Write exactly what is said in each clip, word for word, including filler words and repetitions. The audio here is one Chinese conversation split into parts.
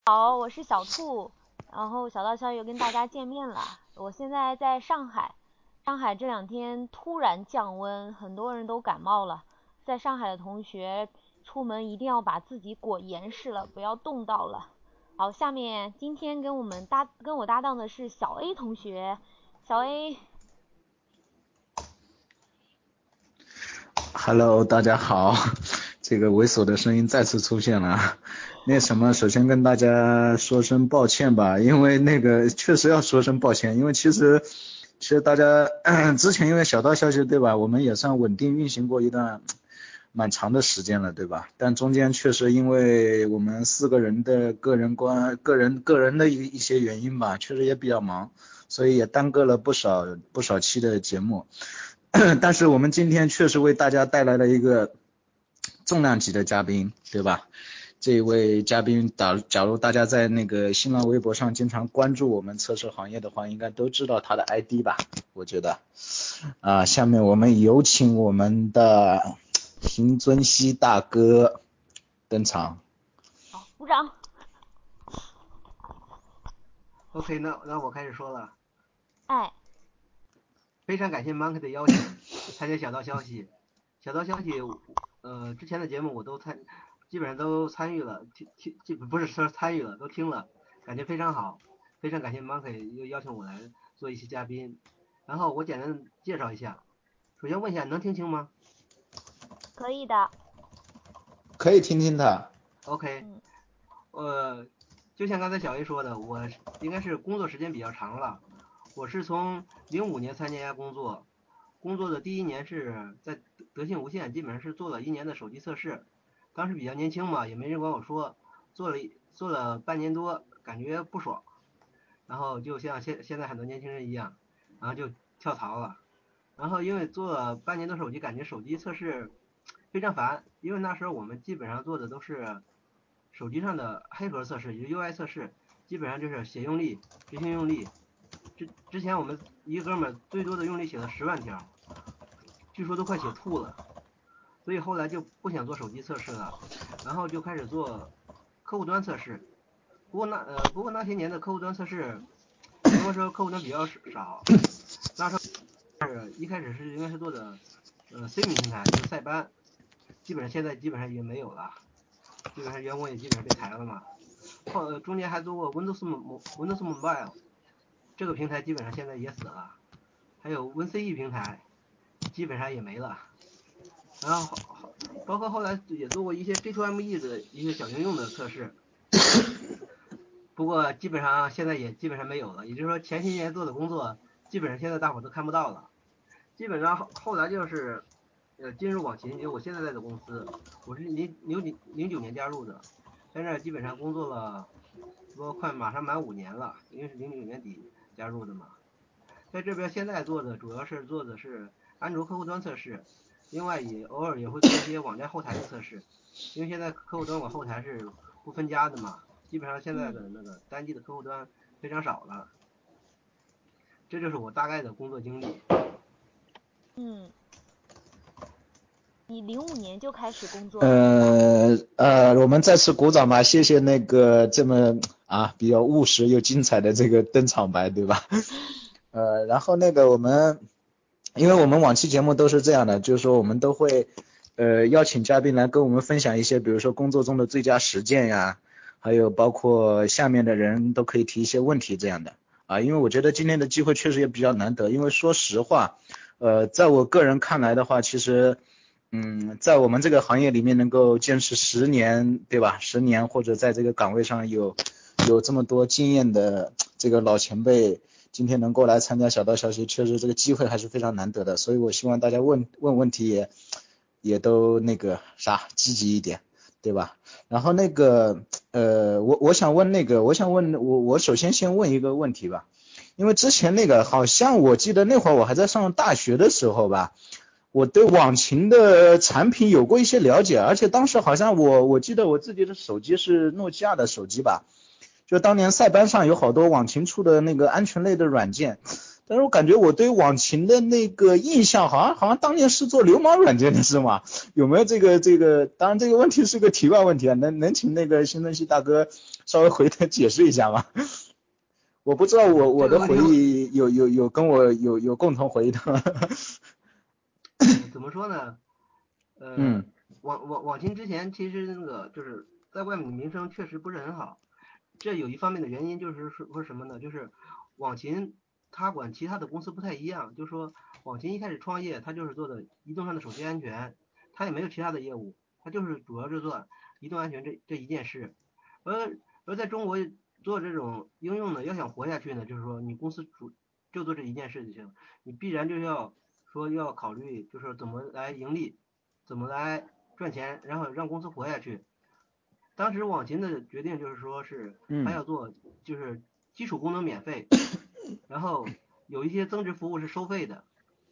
好，我是小兔，然后小道消息又跟大家见面了。我现在在上海，上海这两天突然降温，很多人都感冒了。在上海的同学出门一定要把自己裹严实了，不要冻到了。好，下面今天跟我们搭跟我搭档的是小 A 同学，小 A。 Hello，大家好，这个猥琐的声音再次出现了。那什么，首先跟大家说声抱歉吧，因为那个确实要说声抱歉，因为其实其实大家之前因为小道消息对吧，我们也算稳定运行过一段蛮长的时间了对吧？但中间确实因为我们四个人的个人关个人个人的一一些原因吧，确实也比较忙，所以也耽搁了不少不少期的节目。但是我们今天确实为大家带来了一个重量级的嘉宾，对吧？这一位嘉宾，假假如大家在那个新浪微博上经常关注我们测试行业的话，应该都知道他的 I D 吧？我觉得啊，下面我们有请我们的邢尊熙大哥登场。 好，鼓掌。 OK，那那我开始说了。 哎。 非常感谢 Monkey 的邀请，参加小道消息。小道消息，呃，之前的节目我都参，基本上都参与了，听听，基不是说参与了，都听了，感觉非常好。非常感谢 Monkey 又邀请我来做一期嘉宾。然后我简单介绍一下，首先问一下，能听清吗可以的。 可以听听他。 ？OK， 嗯。 呃，就像刚才小 A 说的，我应该是工作时间比较长了。我是从零五年参加工作，工作的第一年是在德德信无线，基本上是做了一年的手机测试。当时比较年轻嘛，也没人管我说，做了做了半年多，感觉不爽，然后就像现现在很多年轻人一样，然后就跳槽了。然后因为做了半年多手机，感觉手机测试非常烦，因为那时候我们基本上做的都是手机上的黑盒测试，也就 U I 测试，基本上就是写用力、执行用力。之之前我们一个哥们儿最多的用力写了十万条，据说都快写吐了，所以后来就不想做手机测试了，然后就开始做客户端测试。不过那呃不过那些年的客户端测试，应该说客户端比较少，那时候是一开始是应该是做的呃 C 米平台，就是塞班，基本上现在基本上已经没有了，基本上员工也基本上被裁了嘛。后中间还做过 Windows Windows Mobile，这个平台基本上现在也死了，还有 WinCE 平台基本上也没了。然后包括后来也做过一些 J 二 M E 的一些小应用的测试，不过基本上现在也基本上没有了，也就是说前些年做的工作基本上现在大伙都看不到了。基本上后后来就是呃进入网勤，就我现在在的公司，我是零零零九年加入的，在那基本上工作了说快马上满五年了，因为是零九年底加入的嘛。在这边现在做的主要是做的是安卓客户端测试，另外也偶尔也会做一些网站后台的测试，因为现在客户端往后台是不分家的嘛，基本上现在的那个单机的客户端非常少了。这就是我大概的工作经历。 嗯。你零五年就开始工作了是吧？ 呃呃，我们再次鼓掌吧，谢谢那个这么啊比较务实又精彩的这个登场白，对吧？呃，然后那个我们，因为我们往期节目都是这样的，就是说我们都会呃邀请嘉宾来跟我们分享一些，比如说工作中的最佳实践呀，还有包括下面的人都可以提一些问题这样的啊，因为我觉得今天的机会确实也比较难得，因为说实话，呃，在我个人看来的话，其实。嗯，在我们这个行业里面能够坚持十年，对吧？十年或者在这个岗位上有有这么多经验的这个老前辈，今天能够来参加小道消息，确实这个机会还是非常难得的。所以我希望大家问问问题也也都那个啥积极一点，对吧？然后那个呃，我我想问那个，我想问我我首先先问一个问题吧，因为之前那个好像我记得那会儿我还在上大学的时候吧。我对网勤的产品有过一些了解，而且当时好像我我记得我自己的手机是诺基亚的手机吧，就当年塞班上有好多网勤出的那个安全类的软件， 但是我感觉我对网秦的那个印象好像好像当年是做流氓软件的是吗？有没有这个这个？当然这个问题是个题外问题啊，能能请那个新增系大哥稍微回头解释一下吗？我不知道我我的回忆有有有跟我有有共同回忆的吗？ 嗯，怎么说呢？呃， 嗯， 网网网秦之前其实那个就是在外面的名声确实不是很好。这有一方面的原因就是说说什么呢？就是网秦它管其他的公司不太一样，就是说网秦一开始创业，它就是做的移动上的手机安全，它也没有其他的业务，它就是主要是做移动安全这这一件事。而而在中国做这种应用呢，要想活下去呢，就是说你公司主就做这一件事情，你必然就要说要考虑就是怎么来盈利，怎么来赚钱，然后让公司活下去。当时网秦的决定就是说是他嗯要做就是基础功能免费，然后有一些增值服务是收费的。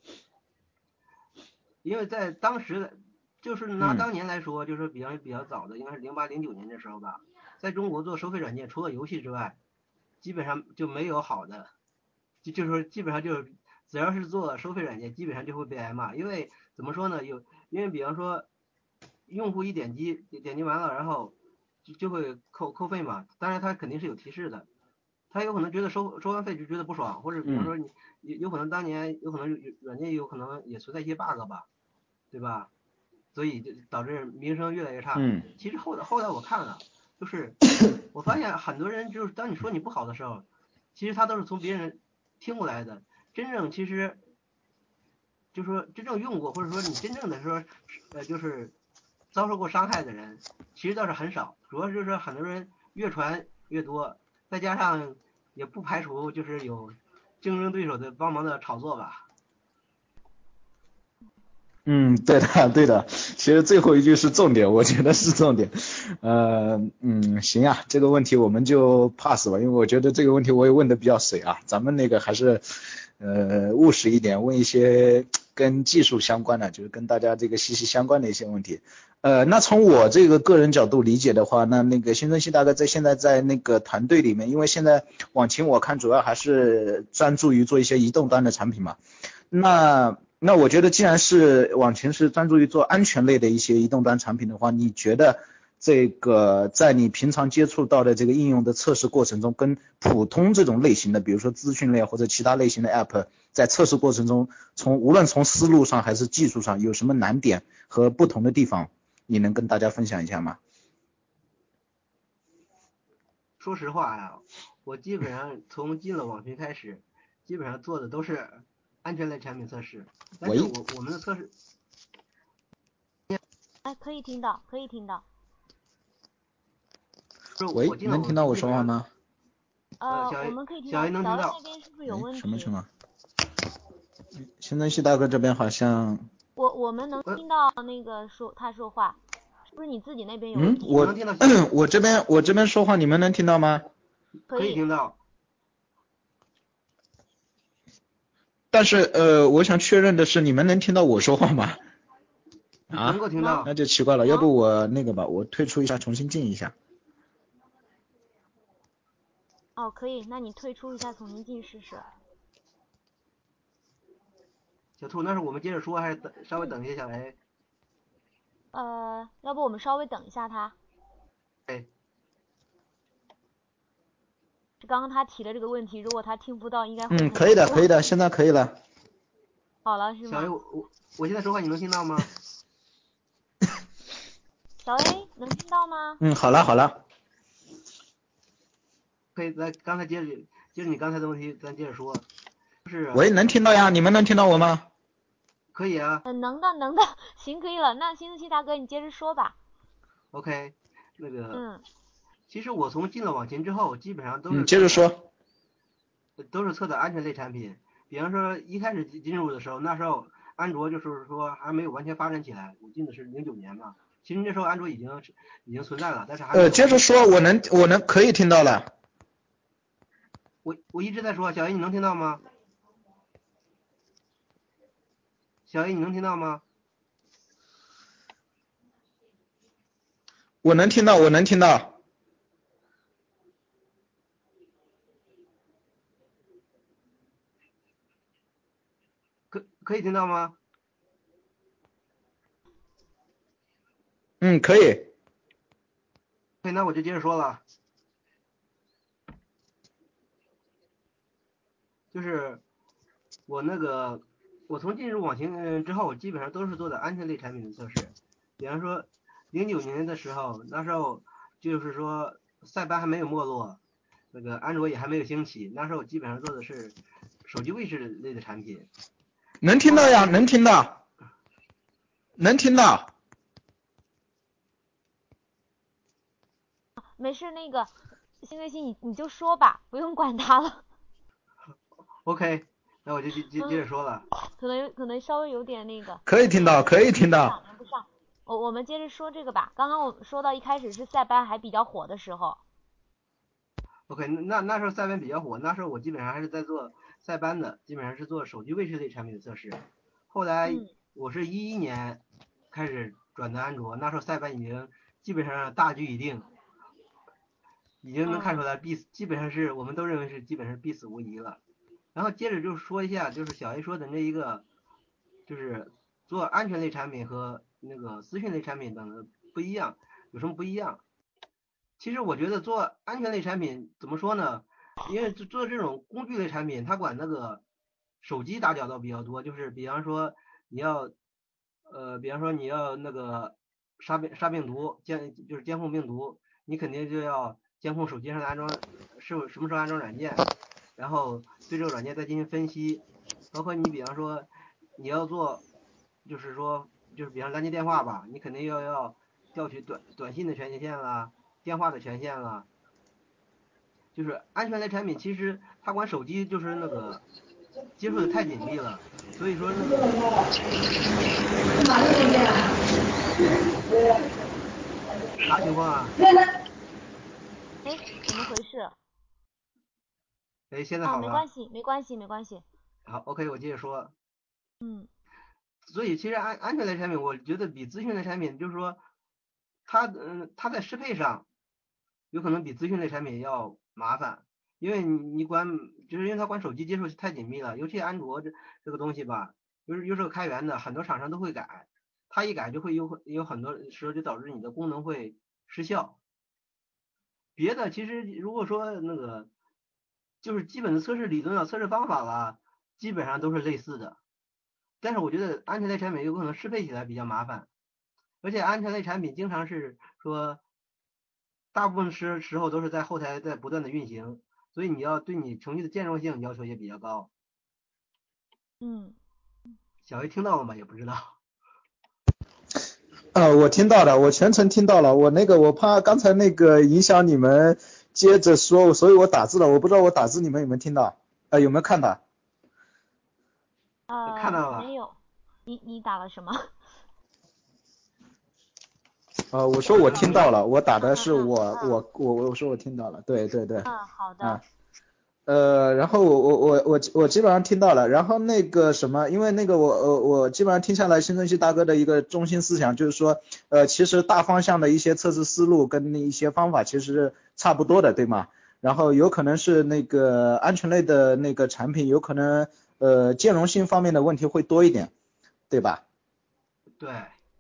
因为在当时的就是拿嗯当年来说，就是比较比较早的，应该是零八零九年的时候吧，在中国做收费软件，除了游戏之外，基本上就没有好的，就就是说基本上就是只要是做收费软件，基本上就会被挨骂。因为怎么说呢？有因为比方说用户一点击点击完了，然后就就会扣扣费嘛，当然他肯定是有提示的，他有可能觉得收收完费就觉得不爽，或者比方嗯说你有有可能当年有可能软件有可能也存在一些 bug 吧，对吧？所以就导致名声越来越差。 嗯其实后来后来我看了，就是我发现很多人就是当你说你不好的时候，其实他都是从别人听过来的。真正其实就是说真正用过，或者说你真正的说呃就是遭受过伤害的人，其实倒是很少。主要就是说很多人越传越多，再加上也不排除就是有竞争对手的帮忙的炒作吧。 嗯，对的，对的，其实最后一句是重点，我觉得是重点。呃，嗯，行啊，这个问题我们就 pass 吧，因为我觉得这个问题我也问的比较水啊，咱们那个还是呃务实一点，问一些跟技术相关的，就是跟大家这个息息相关的一些问题。呃，那从我这个个人角度理解的话，那那个新增系大哥在现在在那个团队里面，因为现在网秦我看主要还是专注于做一些移动端的产品嘛。那那我觉得，既然是网秦是专注于做安全类的一些移动端产品的话，你觉得这个在你平常接触到的这个应用的测试过程中，跟普通这种类型的，比如说资讯类或者其他类型的 App，在测试过程中，从无论从思路上还是技术上，有什么难点和不同的地方，你能跟大家分享一下吗？ 说实话呀，我基本上从进了网群开始，基本上做的都是安全类产品测试。但是喂我我们的测试， 哎，可以听到，可以听到。 就是我喂， 进了网能听到我群基本上， 说话吗？ 呃， 呃，我小 A 们可以听到。 小 A 能小听 A 到， 那边是不是有哎， 问题？ 什么情况？新增系大哥这边好像， 我我们能呃， 听到那个说他说话，是不是你自己那边有问嗯， 题？ 我能我听到小 A 我这边我这边说话，你们能听到吗？ 可以。 可以听到， 但是呃，我想确认的是，你们能听到我说话吗？ 能啊， 能够听到。 那就奇怪了，要能。 不我那个吧，我退出一下，重新进一下。 哦，可以，那你退出一下，重新进试试。 小兔，那是我们接着说，还是等稍微嗯。 等一下小 A？ 呃，要不我们稍微等一下他。 哎， 刚刚他提了这个问题，如果他听不到，应该会嗯， 很可以的， 难过。 可以的，现在可以了。 好了是小 A， 吗？ 我我我现在说话你能听到吗？ 小 A 能听到吗？ 嗯，好了好了。 可以，来刚才接着接着你刚才的问题，咱接着说，就是喂，能听到呀？你们能听到我吗？ 可以啊嗯，能的能的，行，可以了。那新四七大哥，你接着说吧。 ，OK，那个。 嗯。 其实我从进了网秦之后，基本上都嗯， 是测的， 接着说。 都是测的安全类产品。比方说一开始进入的时候，那时候安卓就是说还没有完全发展起来，我进的是零九年嘛。其实那时候安卓已经已经存在了，但是还没呃， 有完全。 接着说，我能我能可以听到了。 我我一直在说，小 A 你能听到吗？小 A 你能听到吗？ 我能听到，我能听到。 可以听到吗？ 嗯，可以。 对，那我就接着说了，就是我那个我从进入网情之后，基本上都是做的安全类产品的测试。比方说零九年的时候，那时候就是说塞班还没有没落，那个安卓也还没有兴起，那时候基本上做的是手机卫士类的产品。 能听到呀，能听到，能听到。 没事，那个新月新你你就说吧，不用管他了。 OK， 那我就接接接着说了。 可能可能稍微有点那个。 可以听到，可以听到。 连不上。我我们接着说这个吧。刚刚我说到一开始是塞班还比较火的时候。 OK，那那时候塞班比较火，那时候我基本上还是在做塞班的，基本上是做手机卫士类产品的测试。后来我是一一年开始转的安卓，那时候塞班已经基本上大局已定，已经能看出来必死，基本上是我们都认为是基本上必死无疑了。然后接着就说一下，就是小 A 说的那一个，就是做安全类产品和那个资讯类产品等的不一样，有什么不一样？其实我觉得做安全类产品怎么说呢？因为做这种工具类产品，它管那个手机打交道比较多，就是比方说你要，呃，比方说你要那个杀病杀病毒监就是监控病毒，你肯定就要监控手机上的安装是什么时候安装软件，然后对这个软件再进行分析，包括你比方说你要做，就是说就是比方蓝接电话吧，你肯定要要调取短短信的权限啦。电话的权限了，就是安全类产品，其实它管手机就是那个接触的太紧密了，所以说那个啥情况啊？ 哎，怎么回事？ 哎，现在啊， 好了。 没关系，没关系，没关系。 好 ，OK，我接着说。 嗯。 所以其实安安全类产品，我觉得比资讯类产品，就是说它嗯、呃、它在适配上有可能比资讯类产品要麻烦，因为你你管就是因为它管手机接触太紧密了，尤其安卓这这个东西吧，又是又是个开源的，很多厂商都会改，它一改就会有有很多时候就导致你的功能会失效。别的其实如果说那个就是基本的测试理论啊、测试方法啦，基本上都是类似的。但是我觉得安全类产品有可能适配起来比较麻烦，而且安全类产品经常是说大部分时时候都是在后台在不断的运行，所以你要对你程序的兼容性要求也比较高。 嗯。 小 A 听到了吗？也不知道。 呃，我听到了，我全程听到了。我那个我怕刚才那个影响你们接着说，所以我打字了。我不知道我打字你们有没有听到？呃，有没有看到？ 呃， 看到了。 没有。你你打了什么？ 呃，我说我听到了，我打的是我嗯嗯我我我说我听到了，对对对。 嗯，好的。 啊，呃，然后我我我我我基本上听到了，然后那个什么，因为那个我呃我基本上听下来，新晨曦大哥的一个中心思想就是说，呃，其实大方向的一些测试思路跟一些方法其实是差不多的，对吗？然后有可能是那个安全类的那个产品，有可能呃兼容性方面的问题会多一点，对吧？ 对。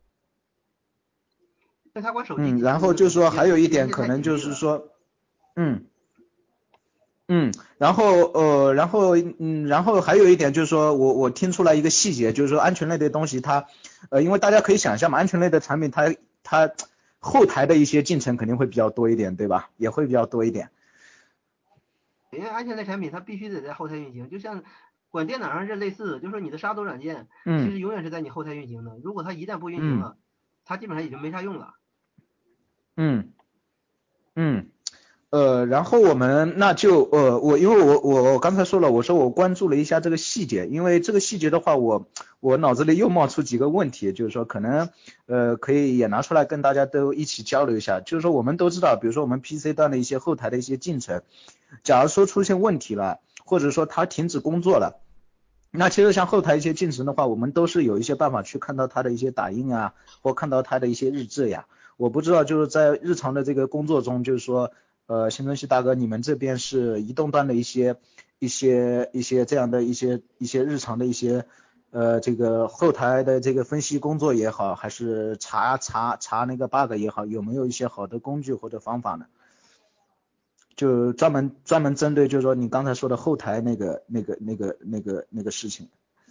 那他管手机嗯，然后那个就是说还有一联系点可能就太紧密了。 是说，嗯。嗯，然后呃，然后嗯，然后还有一点就是说我我听出来一个细节，就是说安全类的东西它，呃，因为大家可以想象嘛，安全类的产品它它后台的一些进程肯定会比较多一点，对吧？也会比较多一点。 因为安全类产品它必须得在后台运行，就像管电脑上是类似的，就是说你的杀毒软件其嗯实永远是在你后台运行的，如果它一旦不运行嗯了，它基本上已经没啥用了。 嗯嗯。呃，然后我们那就呃，我因为我我我刚才说了，我说我关注了一下这个细节，因为这个细节的话，我我脑子里又冒出几个问题，就是说可能呃可以也拿出来跟大家都一起交流一下，就是说我们都知道，比如说我们 P C 端的一些后台的一些进程，假如说出现问题了，或者说它停止工作了，那其实像后台一些进程的话，我们都是有一些办法去看到它的一些打印啊，或看到它的一些日志呀。我不知道就是在日常的这个工作中，就是说。呃，新晨曦大哥，你们这边是移动端的一些、一些、一些这样的一些、一些日常的一些呃这个后台的这个分析工作也好，还是查查查那个 bug 也好，有没有一些好的工具或者方法呢？就专门专门针对就是说你刚才说的后台那个那个那个那个那个事情。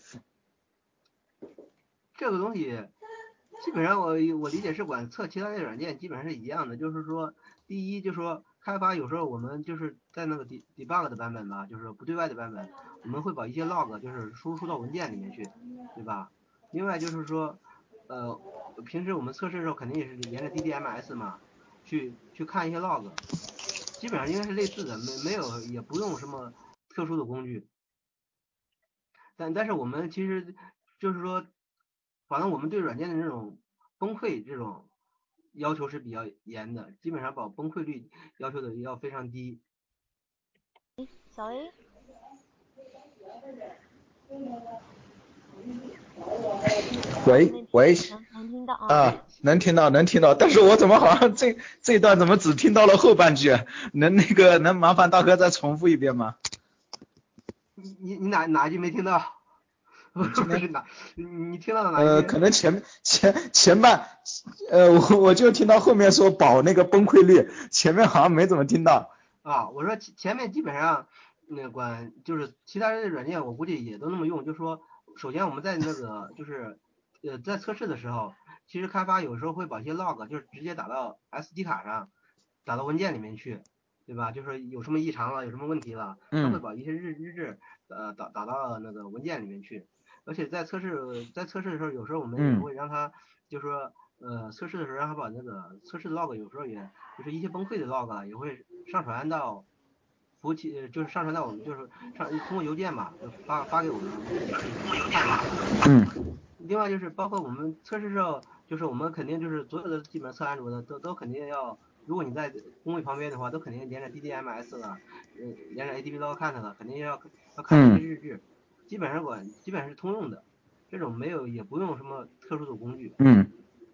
这个东西基本上我我理解是管测其他的软件基本上是一样的，就是说第一就是说开发有时候我们就是在那个 de debug 的版本吧，就是不对外的版本，我们会把一些 log 就是输出到文件里面去，对吧？另外就是说呃平时我们测试的时候肯定也是沿着 D D M S 嘛，去去看一些 log， 基本上应该是类似的，没没有也不用什么特殊的工具。但但是我们其实就是说，反正我们对软件的这种崩溃这种要求是比较严的，基本上把崩溃率要求的要非常低。 小 A， 喂喂能能听到啊？ 啊，能听到能听到，但是我怎么好像这这一段怎么只听到了后半句？能那个能麻烦大哥再重复一遍吗？ 你你你哪哪句没听到？不是哪，你听到了哪一呃， 句？ 可能前前前半，呃，我我就听到后面说保那个崩溃率，前面好像没怎么听到。 啊，我说前前面基本上那管就是其他人的软件，我估计也都那么用。就说首先我们在那个就是呃在测试的时候，其实开发有时候会把一些 log 就是直接打到 S D 卡上，打到文件里面去，对吧？就是有什么异常了，有什么问题了，他会嗯把一些日日志呃打打到那个文件里面去。而且在测试在测试的时候，有时候我们也嗯会让他就是说呃测试的时候让他把那个测试的 log 有时候也就是一些崩溃的 log 啊也会上传到服务器，就是上传到我们就是上通过邮件嘛，就发发给我们，我们自己可以看一下。 嗯另外就是包括我们测试时候，就是我们肯定就是所有的基本测安卓的都都肯定要，如果你在工位旁边的话，都肯定连着 D D M S 了，呃，连着 A D B log看了，肯定要要看这些嗯日志，基本上管基本上是通用的，这种没有也不用什么特殊的工具。 嗯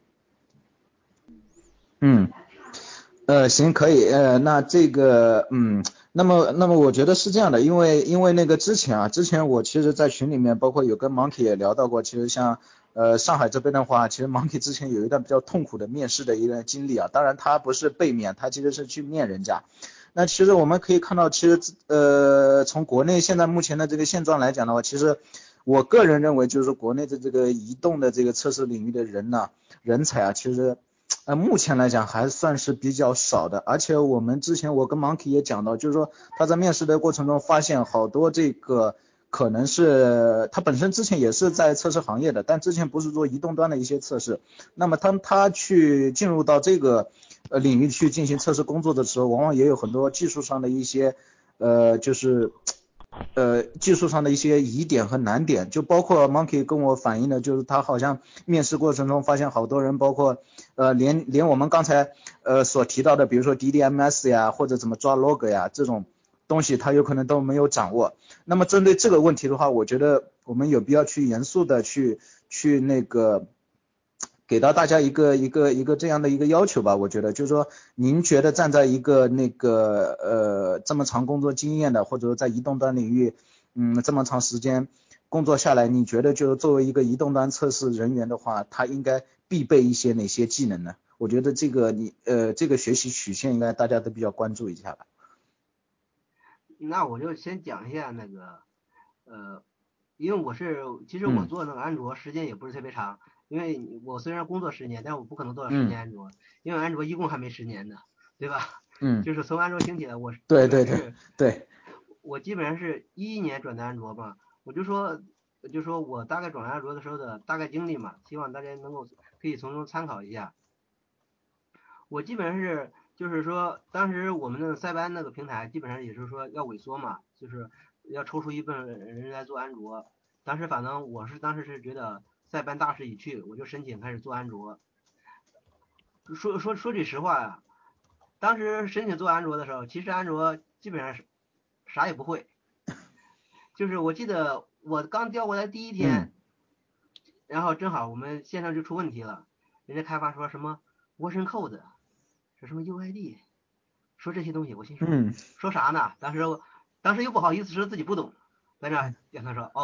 嗯。呃，行，可以，呃，那这个，嗯，那么，那么我觉得是这样的，因为，因为那个之前啊，之前我其实，在群里面，包括有跟 Monkey 也聊到过，其实像，呃，上海这边的话，其实 Monkey 之前有一段比较痛苦的面试的一段经历啊，当然他不是被面，他其实是去面人家。那其实我们可以看到，其实，呃，从国内现在目前的这个现状来讲的话，其实我个人认为，就是国内的这个移动的这个测试领域的人呢、人才啊，其实。呃，目前来讲还算是比较少的，而且我们之前我跟 Monkey 也讲到，就是说他在面试的过程中发现好多这个可能是他本身之前也是在测试行业的，但之前不是做移动端的一些测试，那么当他去进入到这个呃领域去进行测试工作的时候，往往也有很多技术上的一些呃就是呃技术上的一些疑点和难点，就包括 Monkey 跟我反映的，就是他好像面试过程中发现好多人，包括呃连连我们刚才呃所提到的，比如说 D D M S 呀，或者怎么抓 log 呀这种东西，他有可能都没有掌握。那么针对这个问题的话，我觉得我们有必要去严肃的去去那个。给到大家一个一个一个这样的一个要求吧，我觉得就是说，您觉得站在一个那个呃这么长工作经验的，或者说在移动端领域，嗯这么长时间工作下来，你觉得就是作为一个移动端测试人员的话，他应该必备一些哪些技能呢？我觉得这个你呃这个学习曲线应该大家都比较关注一下吧。 那我就先讲一下那个呃，因为我是其实我嗯做那个安卓时间也不是特别长，因为我虽然工作十年，但我不可能做到十嗯年安卓，因为安卓一共还没十年呢，对吧？ 嗯， 就是从安卓兴起来，我基对对对本上是， 对， 我基本上是一一年转的安卓嘛，我就说就说我大概转安卓的时候的大概经历嘛，希望大家能够可以从中参考一下。我基本上是就是说，当时我们那个塞班那个平台，基本上也是说要萎缩嘛，就是要抽出一部分人来做安卓。当时反正我是当时是觉得塞班大势已去，我就申请开始做安卓。说说说句实话呀，当时申请做安卓的时候，其实安卓基本上是啥也不会。就是我记得我刚调过来第一嗯天，然后正好我们线上就出问题了，人家开发说什么 version code，说什么 U I D，说这些东西，我心说嗯说啥呢？当时我当时又不好意思说自己不懂，在那跟他说哦，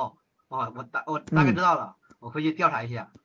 哦，我大我大概知道了，嗯、我回去调查一下。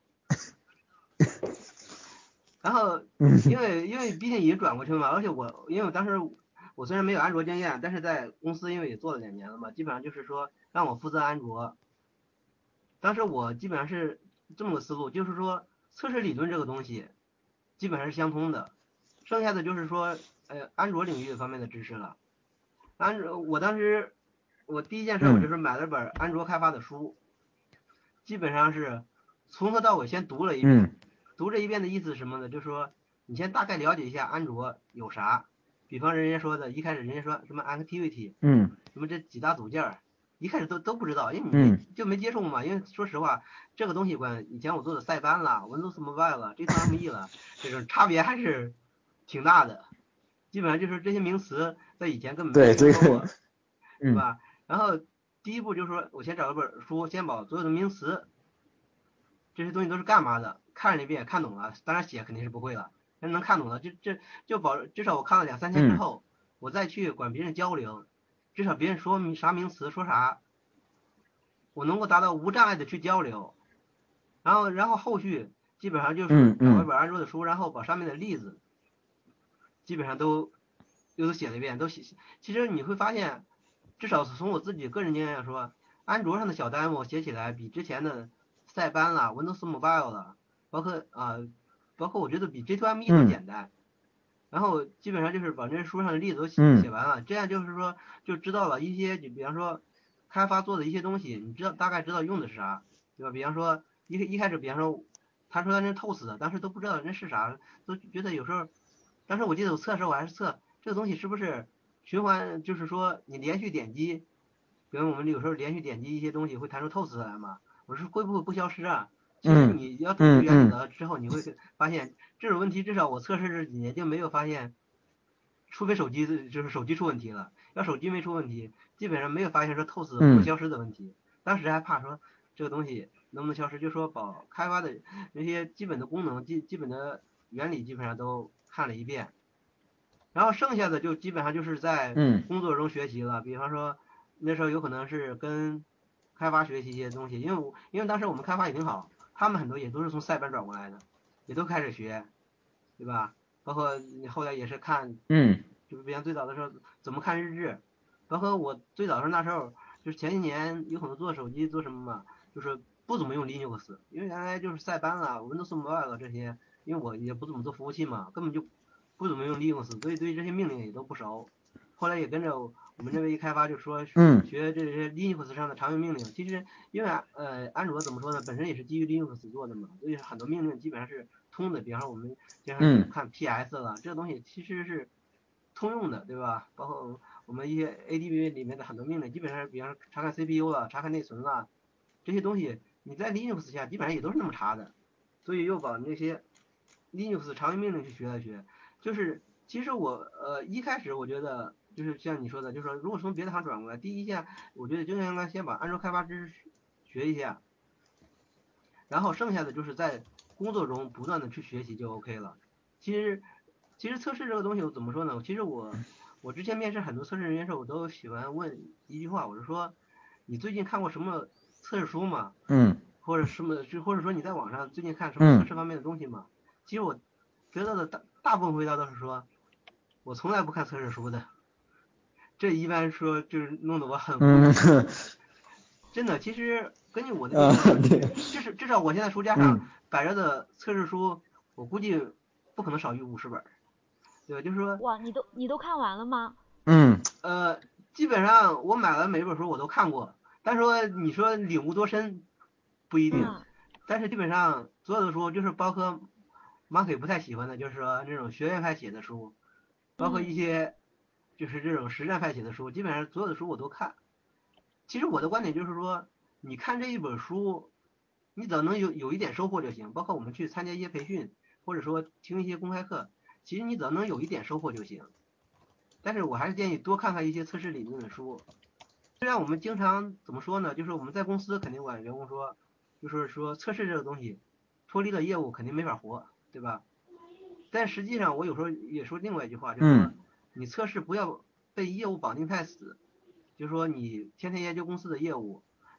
然后，因为因为毕竟也转过去嘛，而且我因为我当时我虽然没有安卓经验，但是在公司因为也做了两年了嘛，基本上就是说让我负责安卓。当时我基本上是这么个思路，就是说测试理论这个东西基本上是相通的，剩下的就是说呃安卓领域方面的知识了。安卓我当时我第一件事我就是买了本安卓开发的书，基本上是从头到尾先读了一遍。 嗯读这一遍的意思是什么呢？就是说你先大概了解一下安卓有啥，比方人家说的，一开始人家说什么 activity， 嗯， 什么这几大组件，一开始都都不知道，因为你没、 嗯、 就没接触过嘛。因为说实话，这个东西跟以前我做的塞班了、Windows Mobile 了、J two M E 了，这种差别还是挺大的。基本上就是这些名词在以前根本没听说过，对吧？然后第一步就是说我先找一本书，先把所有的名词这些东西都是干嘛的看了一遍，看懂了，当然写肯定是不会了，但能看懂了，就这就保至少我看了两三天之后，嗯、我再去管别人交流，至少别人说啥名词说啥，我能够达到无障碍的去交流，然后然后后续基本上就是找一本安卓的书，然后把上面的例子基本上都又都写了一遍，都写。其实你会发现，至少从我自己个人经验说，安卓上的小 demo 写起来比之前的塞班了、Windows Mobile 了，包括啊、呃，包括我觉得比 J two M E 都简单。嗯、然后基本上就是把这书上的例子都写写完了，这样就是说就知道了一些，就比方说开发做的一些东西，你知道大概知道用的是啥，对吧？比方说一一开始，比方说他说他那透死的，当时都不知道那是啥，都觉得有时候。当时我记得我测的时候我还是测这个东西是不是循环，就是说你连续点击，比如我们有时候连续点击一些东西会弹出透死来嘛，我说会不会不消失啊？其实你要懂这个原理了之后，你会发现这种问题至少我测试这几年就没有发现，除非手机就是手机出问题了，要手机没出问题，基本上没有发现说透死不消失的问题。当时还怕说这个东西能不能消失，就说把开发的那些基本的功能基基本的原理基本上都看了一遍，然后剩下的就基本上就是在工作中学习了。比方说那时候有可能是跟开发学习一些东西，因为我因为当时我们开发也挺好，他们很多也都是从塞班转过来的，也都开始学，对吧？包括你后来也是看， 嗯， 就是比方最早的时候怎么看日志，包括我最早时候那时候就是前几年有可能做手机做什么嘛，就是不怎么用 Linux， 因为原来就是塞班啊、Windows Mobile 这些，因为我也不怎么做服务器嘛，根本就不怎么用 Linux， 所以对这些命令也都不熟。后来也跟着我们这边一开发就说学这些 Linux 上的常用命令，其实因为呃安卓怎么说呢，本身也是基于 Linux 做的嘛，所以很多命令基本上是通的。比方说我们经常看 P S 了，这个东西其实是通用的，对吧？包括我们一些 A D B 里面的很多命令，基本上比方说查看 C P U 了，查看内存了，这些东西你在 Linux 下基本上也都是那么查的，所以又把那些 Linux 常用命令去学了学。就是其实我呃一开始我觉得就是像你说的，就是说如果从别的行转过来，第一下我觉得就应该先把安卓开发知识学一下，然后剩下的就是在工作中不断的去学习就 OK 了。其实其实测试这个东西我怎么说呢？其实我我之前面试很多测试人员时候，我都喜欢问一句话，我是说你最近看过什么测试书吗？ 嗯， 或者什么，或者说你在网上最近看什么测试方面的东西吗？其实我得到的大大部分回答都是说，我从来不看测试书的。这一般说就是弄得我很苦恼。真的，其实根据我的经验，至少至少我现在书架上摆着的测试书，我估计不可能少于五十本，对吧？就是说， 哇，你都你都看完了吗？ 嗯， 呃，基本上我买了每一本书我都看过，但是说你说领悟多深不一定， 嗯、 但是基本上所有的书就是包括马可不太喜欢的，就是说那种学院派写的书，包括一些就是这种实战派写的书，基本上所有的书我都看。其实我的观点就是说，你看这一本书，你只要能有有一点收获就行。包括我们去参加一些培训，或者说听一些公开课，其实你只要能有一点收获就行。但是我还是建议多看看一些测试理论的书。虽然我们经常怎么说呢，就是我们在公司肯定管员工说，就是说测试这个东西，脱离了业务肯定没法活，对吧？但实际上我有时候也说另外一句话，就是说你测试不要被业务绑定太死。就是说你天天研究公司的业务，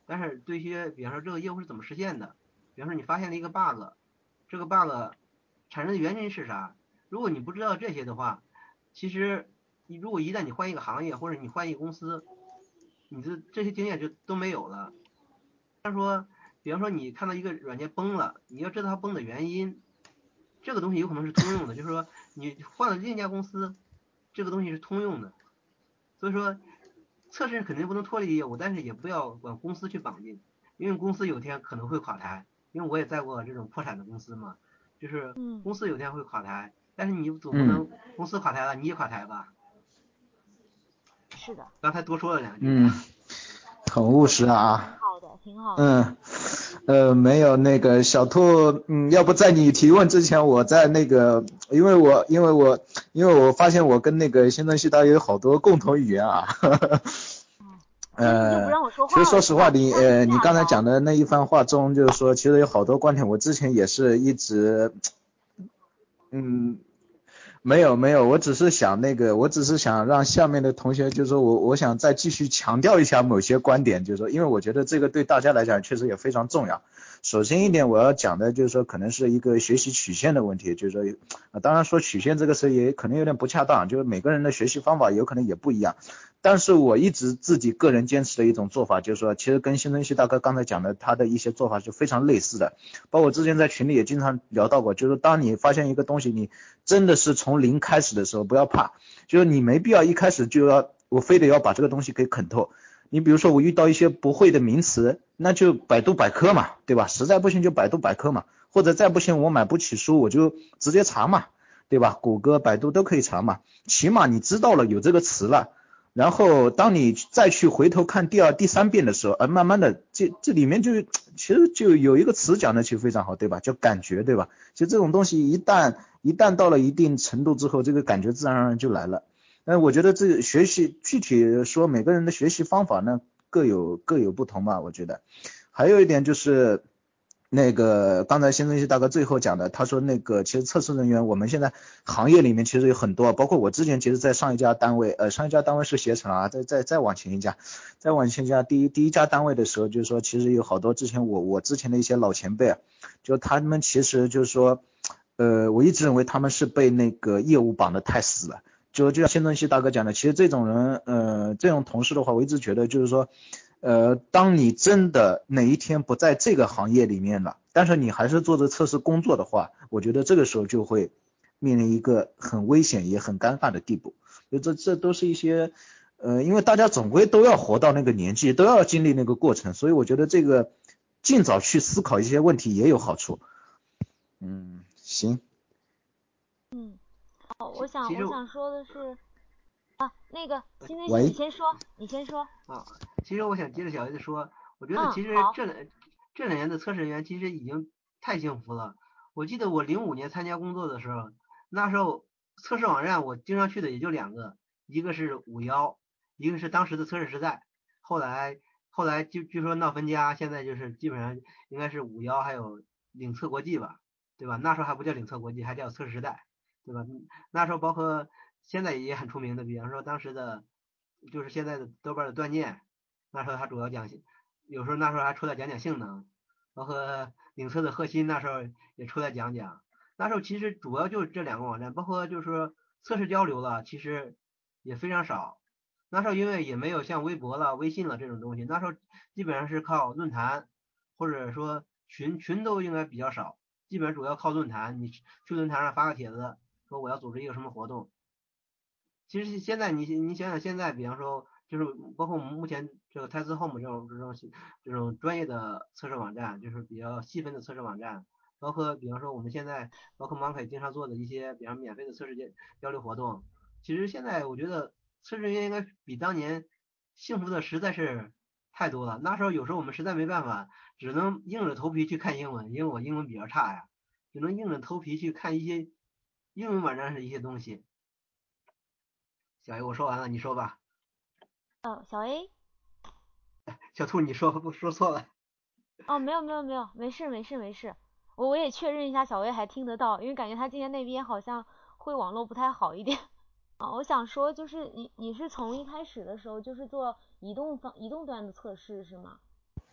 但是对于比方说这个业务是怎么实现的，比方说你发现了一个 bug， 这个 bug 产生的原因是啥？如果你不知道这些的话，其实你如果一旦你换一个行业或者你换一个公司，你的这些经验就都没有了。他说，比方说你看到一个软件崩了，你要知道它崩的原因，这个东西有可能是通用的，就是说你换了另一家公司，这个东西是通用的。所以说，测试肯定不能脱离业务，但是也不要管公司去绑定，因为公司有天可能会垮台。因为我也在过这种破产的公司嘛，就是嗯公司有天会垮台，但是你总不嗯能公司垮台了你也垮台吧？ 是的， 刚才多说了两句。 嗯，很务实啊。 挺好的，挺好的。 嗯，呃，没有那个小兔，嗯，要不在你提问之前，我在那个，因为我因为我因为我发现我跟那个新东西大有好多共同语言啊。 其实你就不呃， 让我说其实话了， 说实话， 是吧？ 你呃，你刚才尬聊讲的那一番话中，就是说，其实有好多观点，我之前也是一直，嗯，没有没有，我只是想那个，我只是想让下面的同学，就是说我我想再继续强调一下某些观点，就是说，因为我觉得这个对大家来讲确实也非常重要。首先一点我要讲的就是说，可能是一个学习曲线的问题，就是说，呃当然说曲线这个事也可能有点不恰当，就是每个人的学习方法有可能也不一样。但是我一直自己个人坚持的一种做法，就是说，其实跟新东西大哥刚才讲的他的一些做法是非常类似的。包括之前在群里也经常聊到过，就是当你发现一个东西，你真的是从零开始的时候，不要怕，就是你没必要一开始就要我非得要把这个东西给啃透。你比如说我遇到一些不会的名词，那就百度百科嘛，对吧？实在不行就百度百科嘛，或者再不行我买不起书，我就直接查嘛，对吧？谷歌、百度都可以查嘛，起码你知道了有这个词了。然后当你再去回头看第二、第三遍的时候，呃，慢慢的这这里面就其实就有一个词讲的其实非常好，对吧？叫感觉，对吧？其实这种东西一旦一旦到了一定程度之后，这个感觉自然而然就来了。那我觉得这个学习具体说每个人的学习方法呢各有各有不同吧，我觉得。还有一点就是那个刚才新东西大哥最后讲的，他说那个其实测试人员我们现在行业里面其实有很多，包括我之前其实在上一家单位，呃上一家单位是携程啊，再再再往前一家，再往前一家第一第一家单位的时候，就是说其实有好多之前我我之前的一些老前辈，就他们其实就是说，呃我一直认为他们是被那个业务绑得太死了。就就像新东西大哥讲的，其实这种人，呃，这种同事的话，我一直觉得就是说，呃，当你真的哪一天不在这个行业里面了，但是你还是做着测试工作的话，我觉得这个时候就会面临一个很危险也很尴尬的地步。就这这都是一些，呃，因为大家总归都要活到那个年纪，都要经历那个过程，所以我觉得这个尽早去思考一些问题也有好处。嗯，行。 嗯，哦，我其其实想我想说的是啊，那个新天信，你喂。 先说，你先说。 啊，其实我想接着小 A 的说，我觉得嗯， 其实好。 这两这两年的测试人员其实已经太幸福了。我记得我零五年参加工作的时候，那时候测试网站我经常去的也就两个，一个是五幺，一个是当时的测试时代。后来后来就据说闹分家，现在就是基本上应该是五幺还有领测国际吧，对吧？那时候还不叫领测国际，还叫测试时代，对吧？那时候包括现在也很出名的，比方说当时的。就是现在的豆瓣的断键，那时候它主要讲，有时候那时候还出来讲讲性能，包括领测的核心那时候也出来讲讲。那时候其实主要就是这两个网站，包括就是说测试交流了，其实也非常少。那时候因为也没有像微博了、微信了这种东西，那时候基本上是靠论坛，或者说群群都应该比较少，基本上主要靠论坛。你去论坛上发个帖子，说我要组织一个什么活动。其实现在你你想想现在，比方说就是包括我们目前这个 Test Home 这种这种这种专业的测试网站，就是比较细分的测试网站，包括比方说我们现在包括 Monkey 经常做的一些，比方免费的测试交交流活动。其实现在我觉得测试人员应该比当年幸福的实在是太多了。那时候有时候我们实在没办法，只能硬着头皮去看英文，因为我英文比较差呀，只能硬着头皮去看一些英文网站上的一些东西。小 A 我说完了，你说吧。 哦，小 A。 小兔你说不说错了。 哦，没有没有没有，没事没事没事。我我也确认一下，小 A 还听得到，因为感觉他今天那边好像会网络不太好一点。啊，我想说就是你你是从一开始的时候就是做移动方移动端的测试是吗？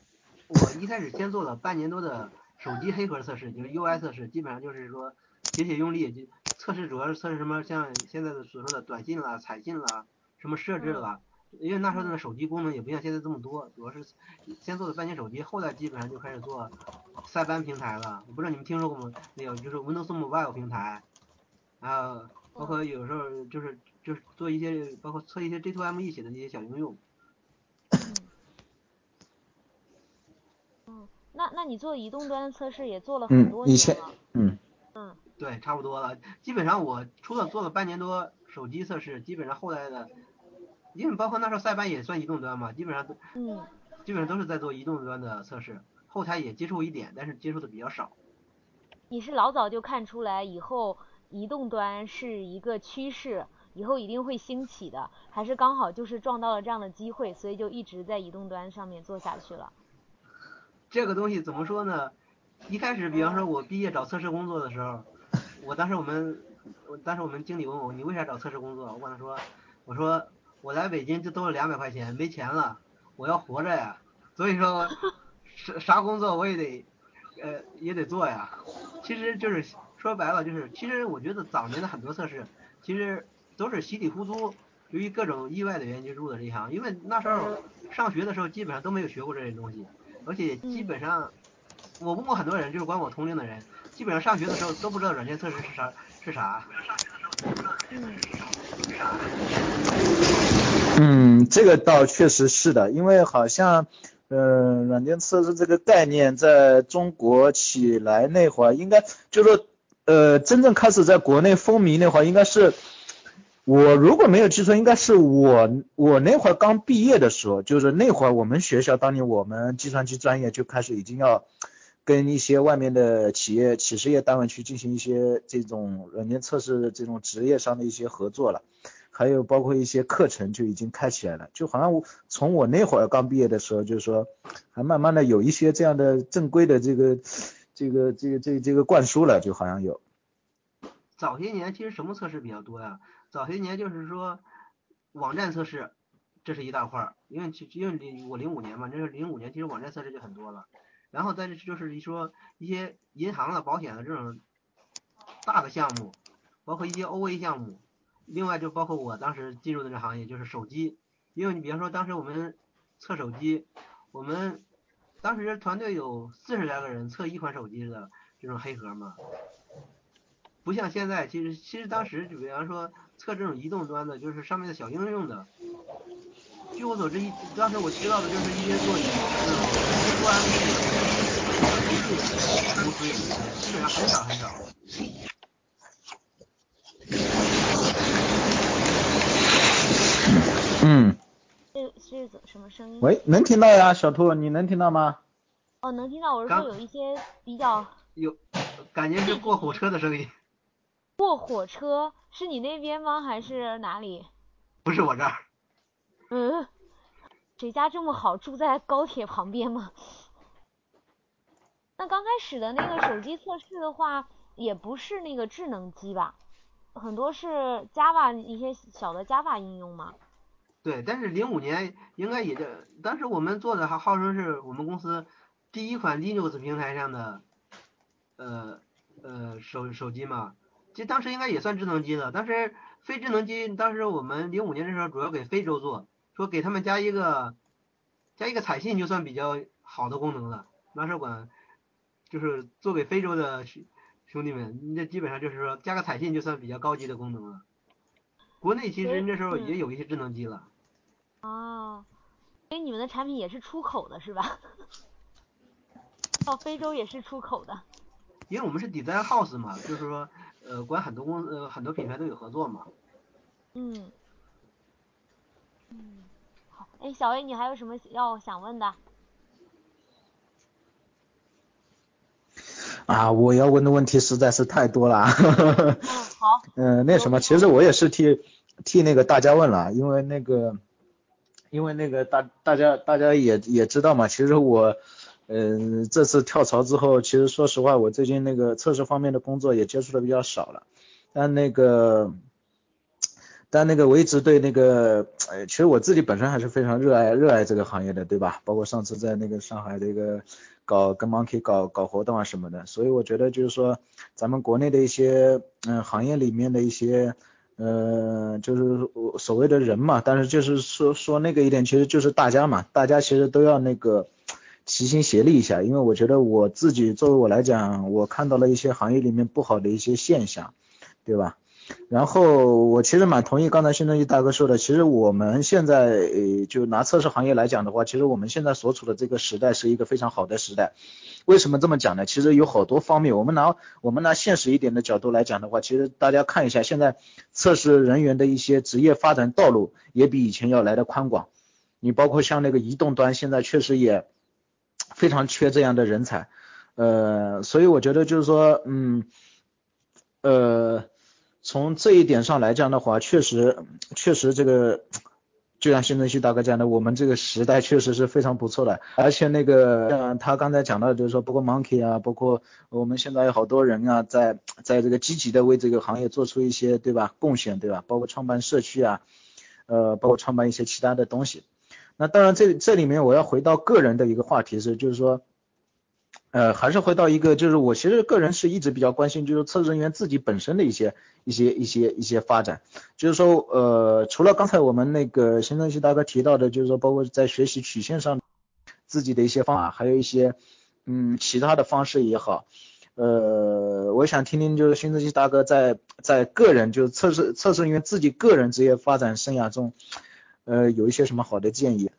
我一开始先做了半年多的手机黑盒测试，就是 U I 测试，基本上就是说写写用力，测试主要是测试什么，像现在的所说的短信啦、彩信啦、什么设置啦。因为那时候的手机功能也不像现在这么多，主要是先做的半年手机，后来基本上就开始做塞班平台了。我不知道你们听说过吗？没有，就是 Windows Mobile 平台，啊，包括有时候就是就是做一些，包括测一些 J 二 M E 写的一些小应用。 嗯，那那你做移动端的测试也做了很多年了。 嗯， 嗯， 对，差不多了。基本上我除了做了半年多手机测试，基本上后来的。因为包括那时候塞班也算移动端嘛，基本上都， 嗯， 基本上都是在做移动端的测试，后台也接触一点，但是接触的比较少。 你是老早就看出来以后移动端是一个趋势，以后一定会兴起的，还是刚好就是撞到了这样的机会，所以就一直在移动端上面做下去了？ 这个东西怎么说呢？一开始，比方说我毕业找测试工作的时候，我当时我们，我当时我们经理问我，你为啥找测试工作？我跟他说，我说我来北京就兜了两百块钱，没钱了，我要活着呀，所以说啥啥工作我也得，呃也得做呀。其实就是说白了就是，其实我觉得早年的很多测试，其实都是稀里糊涂，由于各种意外的原因就入了这一行，因为那时候上学的时候基本上都没有学过这些东西，而且基本上。我问过很多人，就是管我同龄的人，基本上上学的时候都不知道软件测试是啥是啥。 嗯， 嗯，这个倒确实是的，因为好像，呃，软件测试这个概念在中国起来那会儿，应该就是说，呃，真正开始在国内风靡那会儿，应该是我如果没有记错，应该是我我那会儿刚毕业的时候，就是那会儿我们学校当年我们计算机专业就开始已经要跟一些外面的企业、企事业单位去进行一些这种软件测试这种职业上的一些合作了。还有包括一些课程就已经开起来了，就好像我从我那会儿刚毕业的时候，就是说还慢慢的有一些这样的正规的这个这个这个这个这个灌输了，就好像有。 早些年其实什么测试比较多呀？早些年就是说网站测试，这是一大块儿，因为其因为零我零五年嘛，这是零五年，其实网站测试就很多了。然后再就是一说一些银行的、保险的这种大的项目，包括一些 O A 项目，另外就包括我当时进入的这行业就是手机，因为你比方说当时我们测手机，我们当时团队有四十来个人测一款手机的这种黑盒嘛，不像现在，其实其实当时就比方说测这种移动端的，就是上面的小应用的，据我所知，一当时我知道的就是一些做这种 J 二 M E 的这种程序的公司有一些，基本上很少很少。 嗯， 是是什么声音？ 喂，能听到呀，小兔，你能听到吗？ 哦，能听到。我是说刚有一些比较有感觉是过火车的声音， 过火车，是你那边吗？还是哪里？ 不是我这儿。 嗯，谁家这么好，住在高铁旁边吗？那刚开始的那个手机测试的话，也不是那个智能机吧？很多是 Java 一些小的 Java 应用嘛。 对，但是零五年应该也就当时我们做的还号称是我们公司第一款 Linux 平台上的呃呃手手机嘛，其实当时应该也算智能机了。但是非智能机，当时我们零五年的时候主要给非洲做，说给他们加一个加一个彩信就算比较好的功能了。那时候管就是做给非洲的兄兄弟们，那基本上就是说加个彩信就算比较高级的功能了。国内其所以， 实那时候也嗯， 有一些智能机了。 哦，所以你们的产品也是出口的是吧？到非洲也是出口的。 因为我们是 design house 嘛，就是说，呃，管很多公呃很多品牌都有合作嘛。 嗯嗯，好，哎，小 A，你还有什么要想问的？ 啊，我要问的问题实在是太多了。 嗯，好， 嗯，那什么， 有什么？ 其实我也是替替那个大家问了，因为那个因为那个大大家大家也也知道嘛，其实我嗯、呃、这次跳槽之后，其实说实话，我最近那个测试方面的工作也接触的比较少了，但那个但那个我一直对那个，呃，其实我自己本身还是非常热爱热爱这个行业的，对吧？包括上次在那个上海这个搞跟 Monkey 搞搞活动啊什么的，所以我觉得就是说咱们国内的一些嗯、呃、行业里面的一些呃就是所谓的人嘛，但是就是说说那个一点，其实就是大家嘛，大家其实都要那个齐心协力一下，因为我觉得我自己作为我来讲，我看到了一些行业里面不好的一些现象，对吧？然后我其实蛮同意刚才新正义大哥说的，其实我们现在呃就拿测试行业来讲的话，其实我们现在所处的这个时代是一个非常好的时代。为什么这么讲呢？其实有好多方面，我们拿我们拿现实一点的角度来讲的话，其实大家看一下现在测试人员的一些职业发展道路也比以前要来的宽广。你包括像那个移动端，现在确实也非常缺这样的人才。呃，所以我觉得就是说，嗯，呃。从这一点上来讲的话，确实确实这个就像新正旭大哥讲的，我们这个时代确实是非常不错的，而且那个像他刚才讲到的就是说，包括 Monkey 啊，包括我们现在有好多人啊，在在这个积极的为这个行业做出一些对吧贡献，对吧？包括创办社区啊，呃，包括创办一些其他的东西。那当然这这里面我要回到个人的一个话题是，就是说。呃，还是回到一个，就是我其实个人是一直比较关心，就是测试人员自己本身的一些一些一些一些发展。就是说，呃，除了刚才我们那个新正旭大哥提到的，就是说包括在学习曲线上自己的一些方法，还有一些嗯其他的方式也好，呃，我想听听就是新正旭大哥在在个人就是测试测试人员自己个人职业发展生涯中，呃，有一些什么好的建议？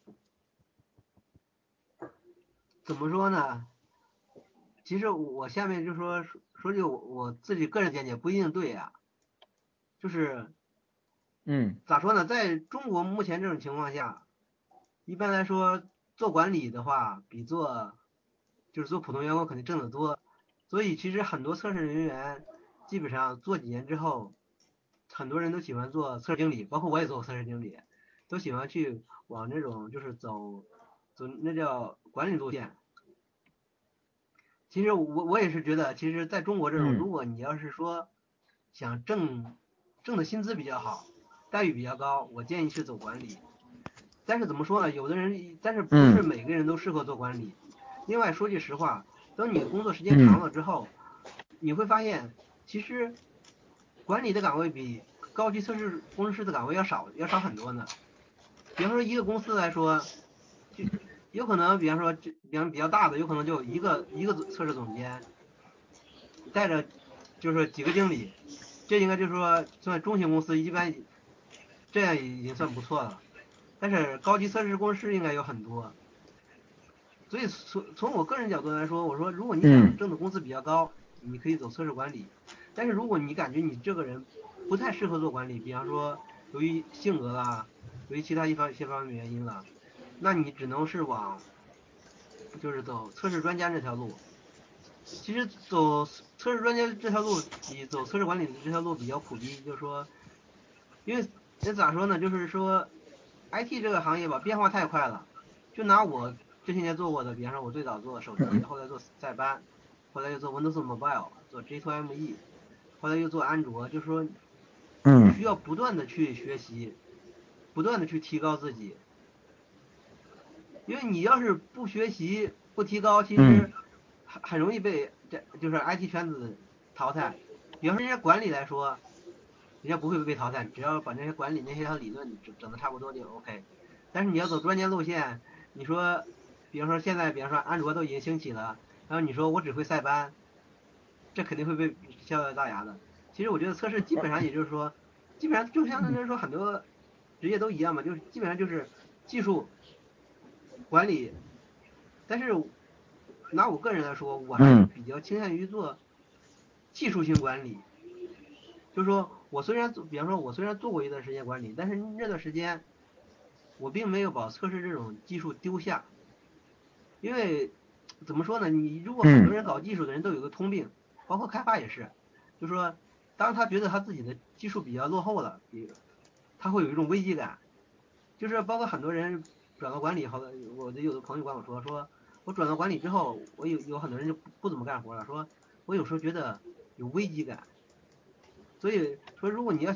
怎么说呢？其实我下面就说说句我我自己个人见解，不一定对啊。就是嗯咋说呢，在中国目前这种情况下，一般来说做管理的话，比做就是做普通员工肯定挣得多。所以其实很多测试人员基本上做几年之后，很多人都喜欢做测试经理，包括我也做过测试经理，都喜欢去往那种就是走走那叫管理路线。其实我我也是觉得，其实在中国这种， 嗯如果你要是说想挣挣的薪资比较好，待遇比较高，我建议是走管理。但是怎么说呢？有的人，但是不是嗯每个人都适合做管理。另外说句实话，等你工作时间长嗯了之后，你会发现，其实管理的岗位比高级测试工程师的岗位要少，要少很多呢。比方说一个公司来说，就有可能，比方说这，比方比较大的，有可能就一个一个测试总监带着就是几个经理，这应该就是说算中型公司，一般这样已经算不错了。但是高级测试工程师应该有很多，所以从从我个人角度来说，我说如果你想嗯挣的工资比较高，你可以走测试管理。但是如果你感觉你这个人不太适合做管理，比方说由于性格啦，由于其他一方一些方面原因了，那你只能是往就是走测试专家这条路。其实走测试专家这条路比走测试管理的这条路比较苦逼，就是说，因为那咋说呢，就是说，I T 这个行业吧变化太快了。就拿我这些年做过的，比方说我最早做手机，后来做塞班，后来又做 Windows Mobile，做 J 二 M E，后来又做安卓，就是说你嗯需要不断的去学习，不断的去提高自己。因为你要是不学习不提高，其嗯实很很容易被这就是 I T 圈子淘汰。比方说人家管理来说，人家不会被淘汰，只要把那些管理那些套理论整整的差不多就 OK。但是你要走专家路线，你说，比方说现在比方说安卓都已经兴起了，然后你说我只会塞班，这肯定会被笑掉大牙的。其实我觉得测试基本上也就是说，基本上就相当于说很多职业都一样嘛，就是基本上就是技术管理。但是拿我个人来说，我还是嗯比较倾向于做技术性管理。就是说我虽然做，比方说我虽然做过一段时间管理，但是那段时间我并没有把测试这种技术丢下。因为怎么说呢，你如果很多嗯人搞技术的人都有个通病，包括开发也是，就是说当他觉得他自己的技术比较落后了，比他会有一种危机感。就是包括很多人转到管理，好，我的有的朋友跟我说，说我转到管理之后，我有有很多人就不不怎么干活了，说我有时候觉得有危机感。所以说，如果你要想自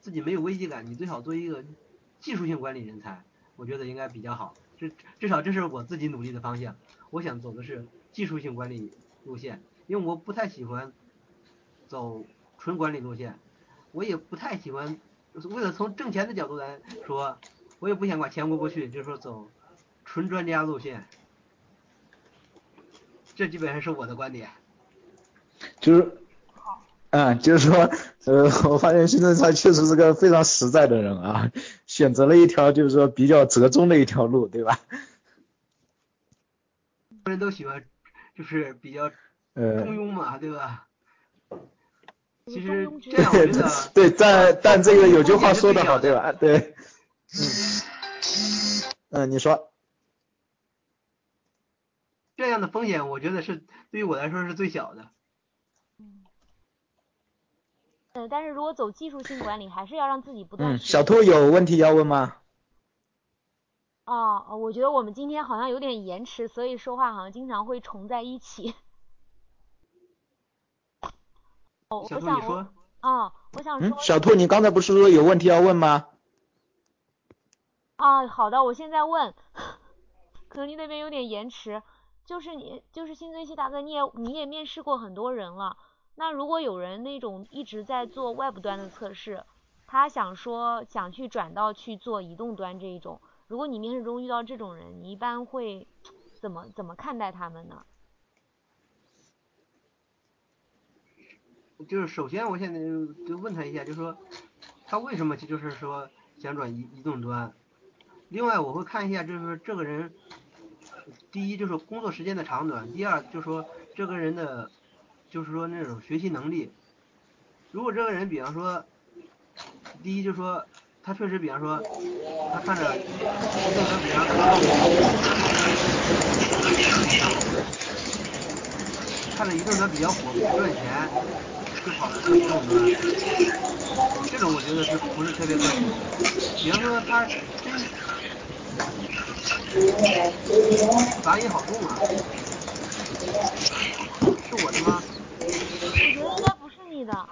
自己没有危机感，你最好做一个技术性管理人才，我觉得应该比较好。这至少这是我自己努力的方向，我想走的是技术性管理路线，因为我不太喜欢走纯管理路线，我也不太喜欢，为了从挣钱的角度来说，我也不想把钱过不去，就是说走纯专家路线，这基本上是我的观点。 就是，嗯，就是说，呃，我发现新政他确实是个非常实在的人啊，选择了一条就是说比较折中的一条路，对吧？ 人都喜欢，就是比较呃， 中庸嘛，对吧？ 就是其中庸之实这样我对觉得， 对，但但这个有句话说的得好，对吧？对，嗯嗯，你说。 这样的风险我觉得是对于我来说是最小的。 嗯，呃，但是如果走技术性管理，还是要让自己不断嗯，小学习。 兔有问题要问吗？ 哦，我觉得我们今天好像有点延迟，所以说话好像经常会重在一起。哦， 小我想我， 兔你说。 哦，我想嗯， 说， 小兔，你刚才不是说有问题要问吗？ 啊，好的，我现在问，可能你那边有点延迟，就是你，就是新最西大哥，你也你也面试过很多人了，那如果有人那种一直在做外部端的测试，他想说想去转到去做移动端这一种，如果你面试中遇到这种人，你一般会怎么怎么看待他们呢？ 就是首先我现在就就问他一下，就是说他为什么就是说想转移移动端？另外我会看一下，就是说这个人，第一就是工作时间的长短，第二就是说这个人的，就是说那种学习能力。如果这个人比方说，第一就是说他确实比方说他看着移动端比方看着看着移动端比较火，比较赚钱，就跑到移动端，这种我觉得是不是特别可取的？比方说他真杂音好重啊，是我的吗？ 我觉得应该不是你的。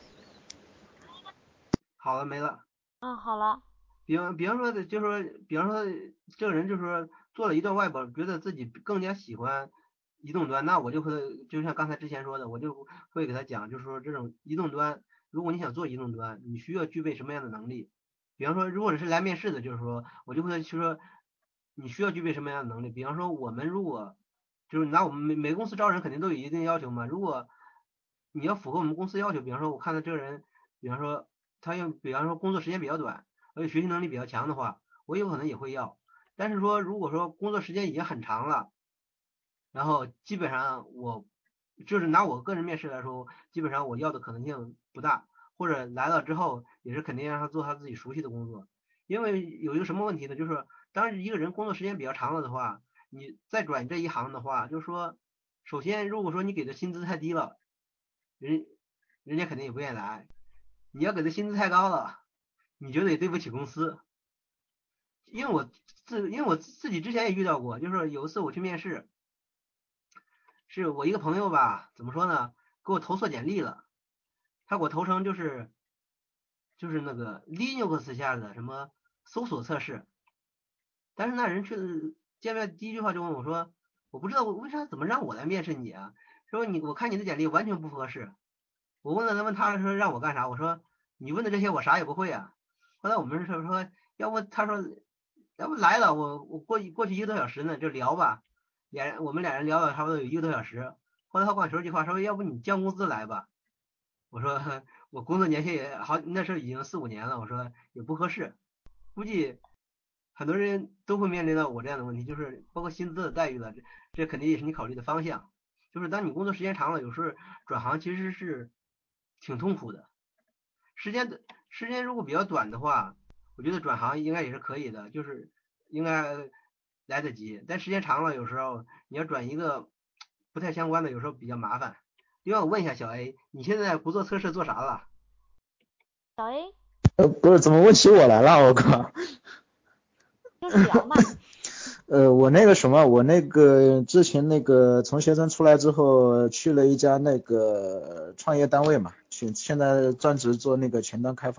好了没了。 嗯，好了。 比方比方说的，就是说，比方说这个人就是说做了一段外包，觉得自己更加喜欢移动端，那我就会就像刚才之前说的，我就会给他讲，就是说这种移动端，如果你想做移动端，你需要具备什么样的能力？比方说，如果是来面试的，就是说我就会去说你需要具备什么样的能力？比方说我们如果就是拿我们每每个公司招人肯定都有一定要求嘛，如果你要符合我们公司要求，比方说我看到这个人，比方说他用，比方说工作时间比较短。而且学习能力比较强的话，我有可能也会要。但是说，如果说工作时间已经很长了，然后基本上我就是拿我个人面试来说，基本上我要的可能性不大，或者来了之后也是肯定让他做他自己熟悉的工作。因为有一个什么问题呢？就是当一个人工作时间比较长了的话，你再转这一行的话，就是说，首先如果说你给的薪资太低了，人人家肯定也不愿意来。你要给的薪资太高了，你觉得也对不起公司。因为我自因为我自己之前也遇到过，就是有一次我去面试，是我一个朋友吧，怎么说呢，给我投错简历了，他给我投成就是就是那个 Linux 下的什么搜索测试，但是那人去见面第一句话就问我说，我不知道为啥怎么让我来面试你啊？说你我看你的简历完全不合适。我问了他问他说让我干啥？我说你问的这些我啥也不会啊。后来我们是说，要不他说要不来了，我我过过去一个多小时呢，就聊吧。俩人我们俩人聊了差不多有一个多小时。后来他跟我说句话，说要不你降工资来吧。我说我工作年限也好，那时候已经四五年了，我说也不合适。估计很多人都会面临到我这样的问题，就是包括薪资的待遇了，这这肯定也是你考虑的方向。就是当你工作时间长了，有时候转行其实是挺痛苦的。时间的时间如果比较短的话，我觉得转行应该也是可以的，就是应该来得及。但时间长了，有时候你要转一个不太相关的，有时候比较麻烦。另外，我问一下小 A，你现在不做测试做啥了？ 小 A 呃，不是，怎么问起我来了？我靠！ 就是聊嘛。 呃，我那个什么，我那个之前那个从学生出来之后，去了一家那个创业单位嘛，去现在专职做那个前端开发，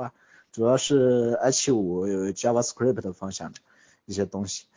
主要是 i 七五 有 JavaScript 方向的一些东西。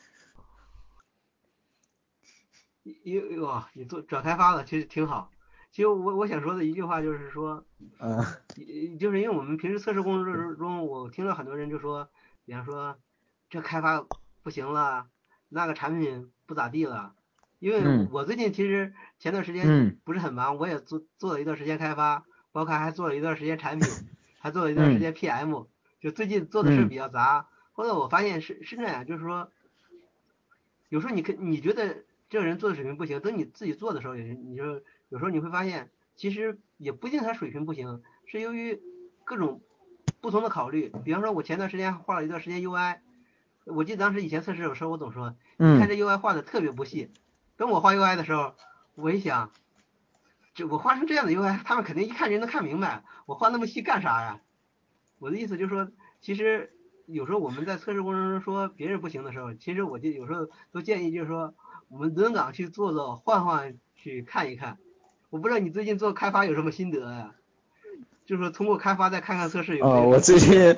因哇，你做转开发的其实挺好。其实我我想说的一句话就是说， 嗯， 就是因为我们平时测试过程中，我听到很多人就说，比方说这开发不行了，那个产品不咋地了。因为嗯我最近其实前段时间嗯不是很忙，我也做做了一段时间开发，包括还做了一段时间产品，还做了一段时嗯间 P M，就最近做的事嗯比较杂。后来我发现是是这样，就是说有时候你可你觉得这个人做的水平不行，等你自己做的时候，也是你就有时候你会发现，其实也不一定他水平不行，是由于各种不同的考虑。比方说，我前段时间画了一段时间 U I，我记得当时以前测试有时候我总说，你看嗯， 这 U I 画的特别不细。等我画 U I 的时候，我一想，这我画成这样的 U I，他们肯定一看就能看明白，我画那么细干啥呀？我的意思就是说，其实有时候我们在测试过程中说别人不行的时候，其实我就有时候都建议就是说，我们轮岗去做做，换换去看一看。我不知道你最近做开发有什么心得呀？就是说通过开发再看看测试有没哦， 有什我最么心得？ 近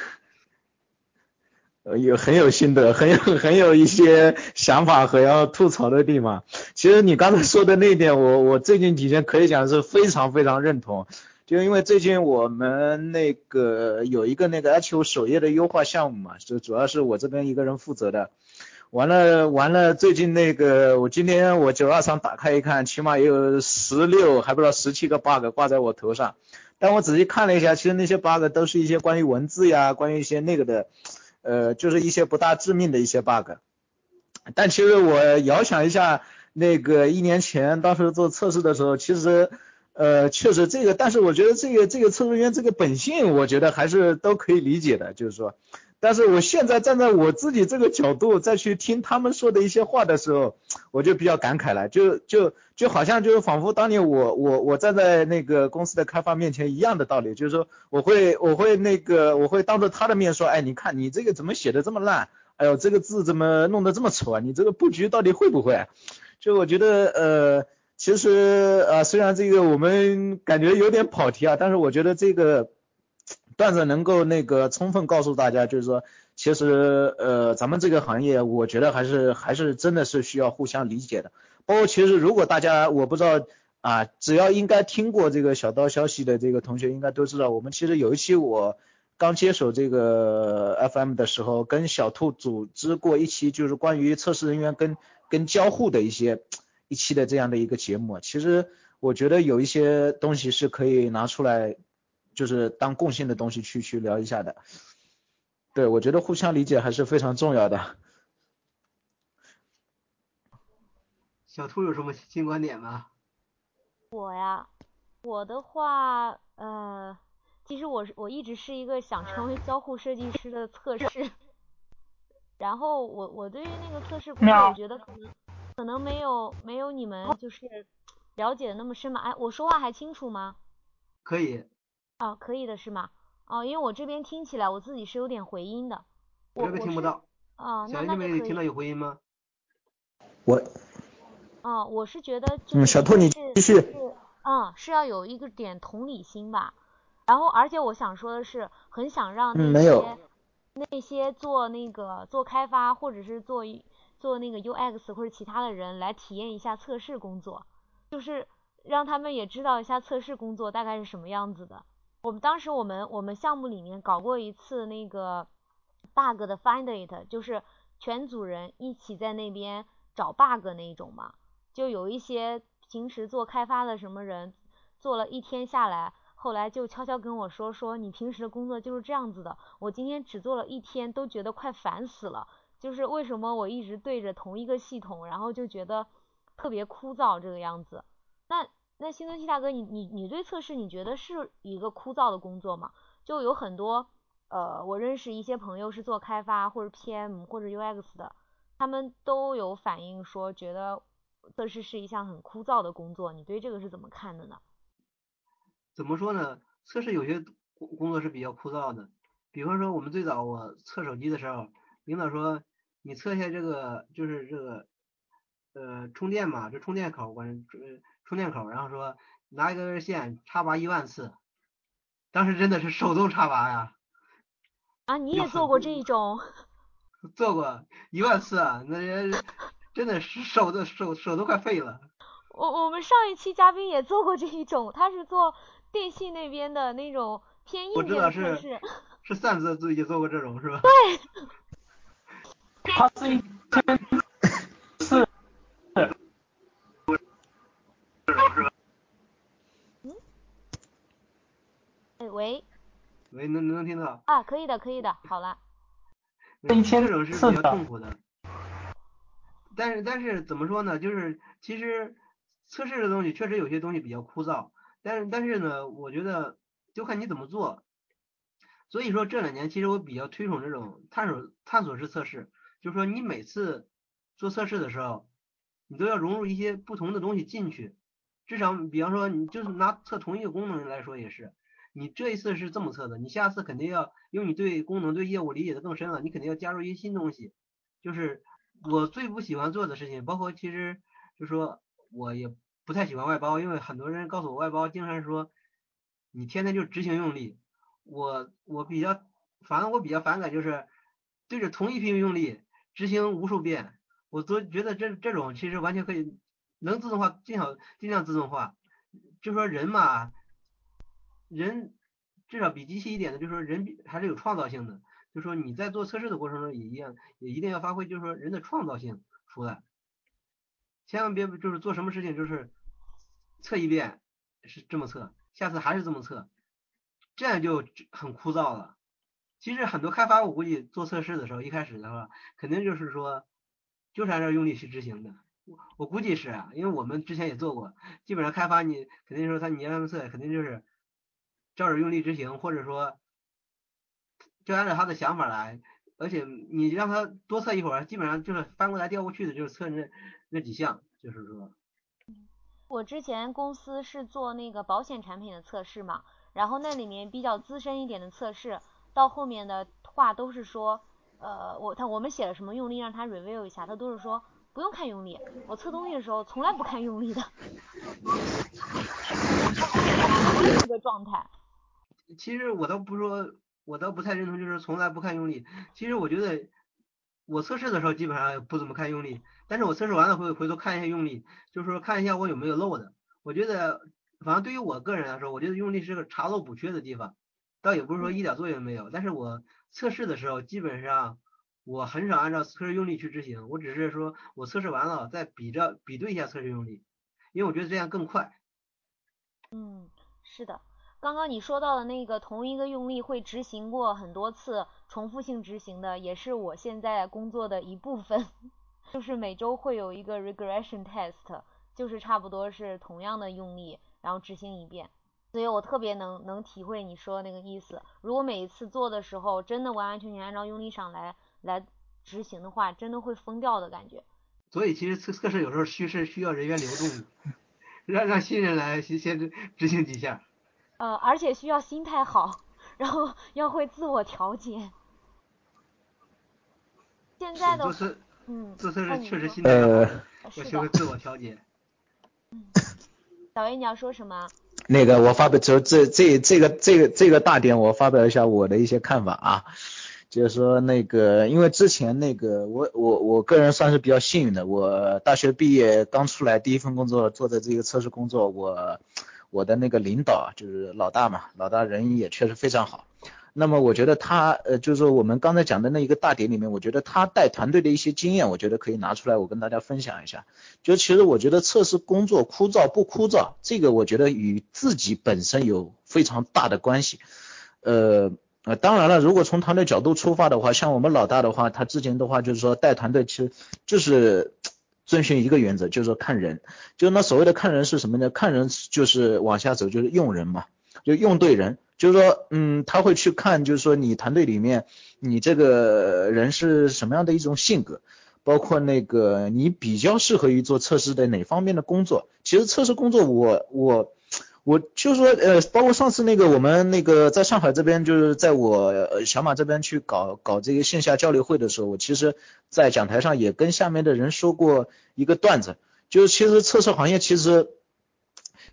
呃有很有心得，很有很有一些想法和要吐槽的地方。其实你刚才说的那一点，我我最近几天可以讲是非常非常认同。就因为最近我们那个有一个那个 H 五首页的优化项目嘛，就主要是我这边一个人负责的。完了完了，最近那个我今天我九二三打开一看，起码也有十六还不知道十七个 bug 挂在我头上。但我仔细看了一下，其实那些 bug 都是一些关于文字呀，关于一些那个的。呃，就是一些不大致命的一些 bug，但其实我遥想一下，那个一年前当时做测试的时候，其实呃确实这个，但是我觉得这个这个测试员这个本性，我觉得还是都可以理解的，就是说，但是我现在站在我自己这个角度再去听他们说的一些话的时候，我就比较感慨了，就就就好像就是仿佛当年我我我站在那个公司的开发面前一样的道理，就是说我会我会那个我会当着他的面说，哎，你看你这个怎么写的这么烂？哎呦，这个字怎么弄得这么丑啊？你这个布局到底会不会啊？就我觉得，呃，其实呃，虽然这个我们感觉有点跑题啊，但是我觉得这个段子能够那个充分告诉大家，就是说，其实呃，咱们这个行业，我觉得还是还是真的是需要互相理解的。包括其实如果大家我不知道啊，只要应该听过这个小道消息的这个同学，应该都知道，我们其实有一期我。刚接手这个 F M 的时候，跟小兔组织过一期，就是关于测试人员跟跟交互的一些一期的这样的一个节目。其实我觉得有一些东西是可以拿出来，就是当共性的东西去去聊一下的。对，我觉得互相理解还是非常重要的。 小兔有什么新观点吗？ 我呀，我的话，呃，其实我是我一直是一个想成为交互设计师的测试，然后我我对于那个测试工作，我觉得可能可能没有没有你们就是了解的那么深嘛。哎，我说话还清楚吗？ 可以， 啊，可以的是吗？哦，因为我这边听起来我自己是有点回音的。 我这边我我是， 听不到。 啊，那小叶这那就可以。 边听到有回音吗？ 我， 啊，我是觉得就嗯， 是小兔你其实是继续。 是，嗯，是要有一个点同理心吧。然后，而且我想说的是，很想让嗯， 那些没有。 那些做那个做开发或者是做做那个 U X 或者其他的人来体验一下测试工作，就是让他们也知道一下测试工作大概是什么样子的。我们当时我们我们项目里面搞过一次那个 bug 的 find it，就是全组人一起在那边找 bug 那种嘛。就有一些平时做开发的什么人，做了一天下来，后来就悄悄跟我说说你平时的工作就是这样子的，我今天只做了一天，都觉得快烦死了。就是为什么我一直对着同一个系统，然后就觉得特别枯燥这个样子。那那新泽西大哥，你你你对测试你觉得是一个枯燥的工作吗？就有很多呃，我认识一些朋友是做开发或者 P M 或者 U X 的，他们都有反映说觉得测试是一项很枯燥的工作，你对这个是怎么看的呢？ 怎么说呢？测试有些工工作是比较枯燥的。比方说，我们最早我测手机的时候，领导说你测一下这个就是这个呃充电嘛，这充电口关呃充电口，然后说拿一根线插拔一万次，当时真的是手动插拔呀， 啊，你也做过这一种？ 做过一万次啊，那人真的是手都手手都快废了。 我我们上一期嘉宾也做过这一种，他是做电信那边的那种偏我知硬件的测道是试。 是擅自自己做过这种是吧？ 对。 它是一天是嗯。哎喂。 喂，能能听到？ 啊，可以的，可以的，好了。 嗯，这种是比较痛苦的。但是但是怎么说呢？就是其实测试的东西确实有些东西比较枯燥，但是但是呢，我觉得就看你怎么做。所以说这两年其实我比较推崇这种探索探索式测试，就是说你每次做测试的时候，你都要融入一些不同的东西进去。至少比方说你就是拿测同一个功能来说也是，你这一次是这么测的，你下次肯定要，因为你对功能对业务理解的更深了，你肯定要加入一些新东西。就是我最不喜欢做的事情，包括其实就说我也不太喜欢外包，因为很多人告诉我外包经常说你天天就执行用力。我我比较，反正我比较反感就是对着同一批用力执行无数遍，我都觉得这这种其实完全可以能自动化，尽好尽量自动化。就说人嘛，人至少比机器一点的，就是说人比还是有创造性的。就说你在做测试的过程中也一样，也一定要发挥就是说人的创造性出来，千万别就是做什么事情就是测一遍是这么测，下次还是这么测，这样就很枯燥了。其实很多开发我估计做测试的时候，一开始的话，肯定就是说，就是按照用力去执行的。我我估计是啊，因为我们之前也做过，基本上开发你肯定说他你让他们测，肯定就是照着用力执行，或者说就按照他的想法来。而且你让他多测一会儿，基本上就是翻过来调过去的，就是测那那几项，就是说。 我之前公司是做那个保险产品的测试嘛，然后那里面比较资深一点的测试，到后面的话都是说，呃，我他我们写了什么用力让他 review 一下，他都是说不用看用力，我测东西的时候从来不看用力的。这个状态。 其实我倒不说，我倒不太认同，就是从来不看用力。其实我觉得我测试的时候基本上不怎么看用力，但是我测试完了会回头看一下用力，就是说看一下我有没有漏的。我觉得，反正对于我个人来说，我觉得用力是个查漏补缺的地方，倒也不是说一点作用没有。但是我测试的时候，基本上我很少按照测试用力去执行，我只是说我测试完了再比着比对一下测试用力，因为我觉得这样更快。 嗯，是的。刚刚你说到的那个同一个用力会执行过很多次，重复性执行的，也是我现在工作的一部分。就是每周会有一个 regression test， 就是差不多是同样的用力，然后执行一遍。所以我特别能能体会你说的那个意思。如果每一次做的时候真的完完全全按照用力上来来执行的话，真的会疯掉的感觉。 所以其实测测试有时候需是需要人员流动的。让让新人来先先执行几下， 呃，而且需要心态好，然后要会自我调节。现在的， 做测嗯， 做测试确实那你说， 心态要好， 呃， 要是的。 学会自我调节。 嗯，小 A 你要说什么？ 那个我发表就这这这个这个这个大点，我发表一下我的一些看法啊。就是说那个，因为之前那个我我我个人算是比较幸运的，我大学毕业刚出来第一份工作做的这个测试工作，我我的那个领导就是老大嘛，老大人也确实非常好。那么我觉得他呃就是说我们刚才讲的那一个大点里面，我觉得他带团队的一些经验，我觉得可以拿出来我跟大家分享一下。就其实我觉得测试工作枯燥不枯燥，这个我觉得与自己本身有非常大的关系。呃呃，当然了，如果从团队角度出发的话，像我们老大的话，他之前的话就是说带团队，其实就是遵循一个原则，就是说看人。就那所谓的看人是什么呢？看人就是往下走，就是用人嘛，就用对人。就是说，嗯，他会去看，就是说你团队里面你这个人是什么样的一种性格，包括那个你比较适合于做测试的哪方面的工作。其实测试工作我我。我就说，呃，包括上次那个我们那个在上海这边，就是在我呃小马这边去搞搞这个线下交流会的时候，我其实在讲台上也跟下面的人说过一个段子，就是其实测试行业其实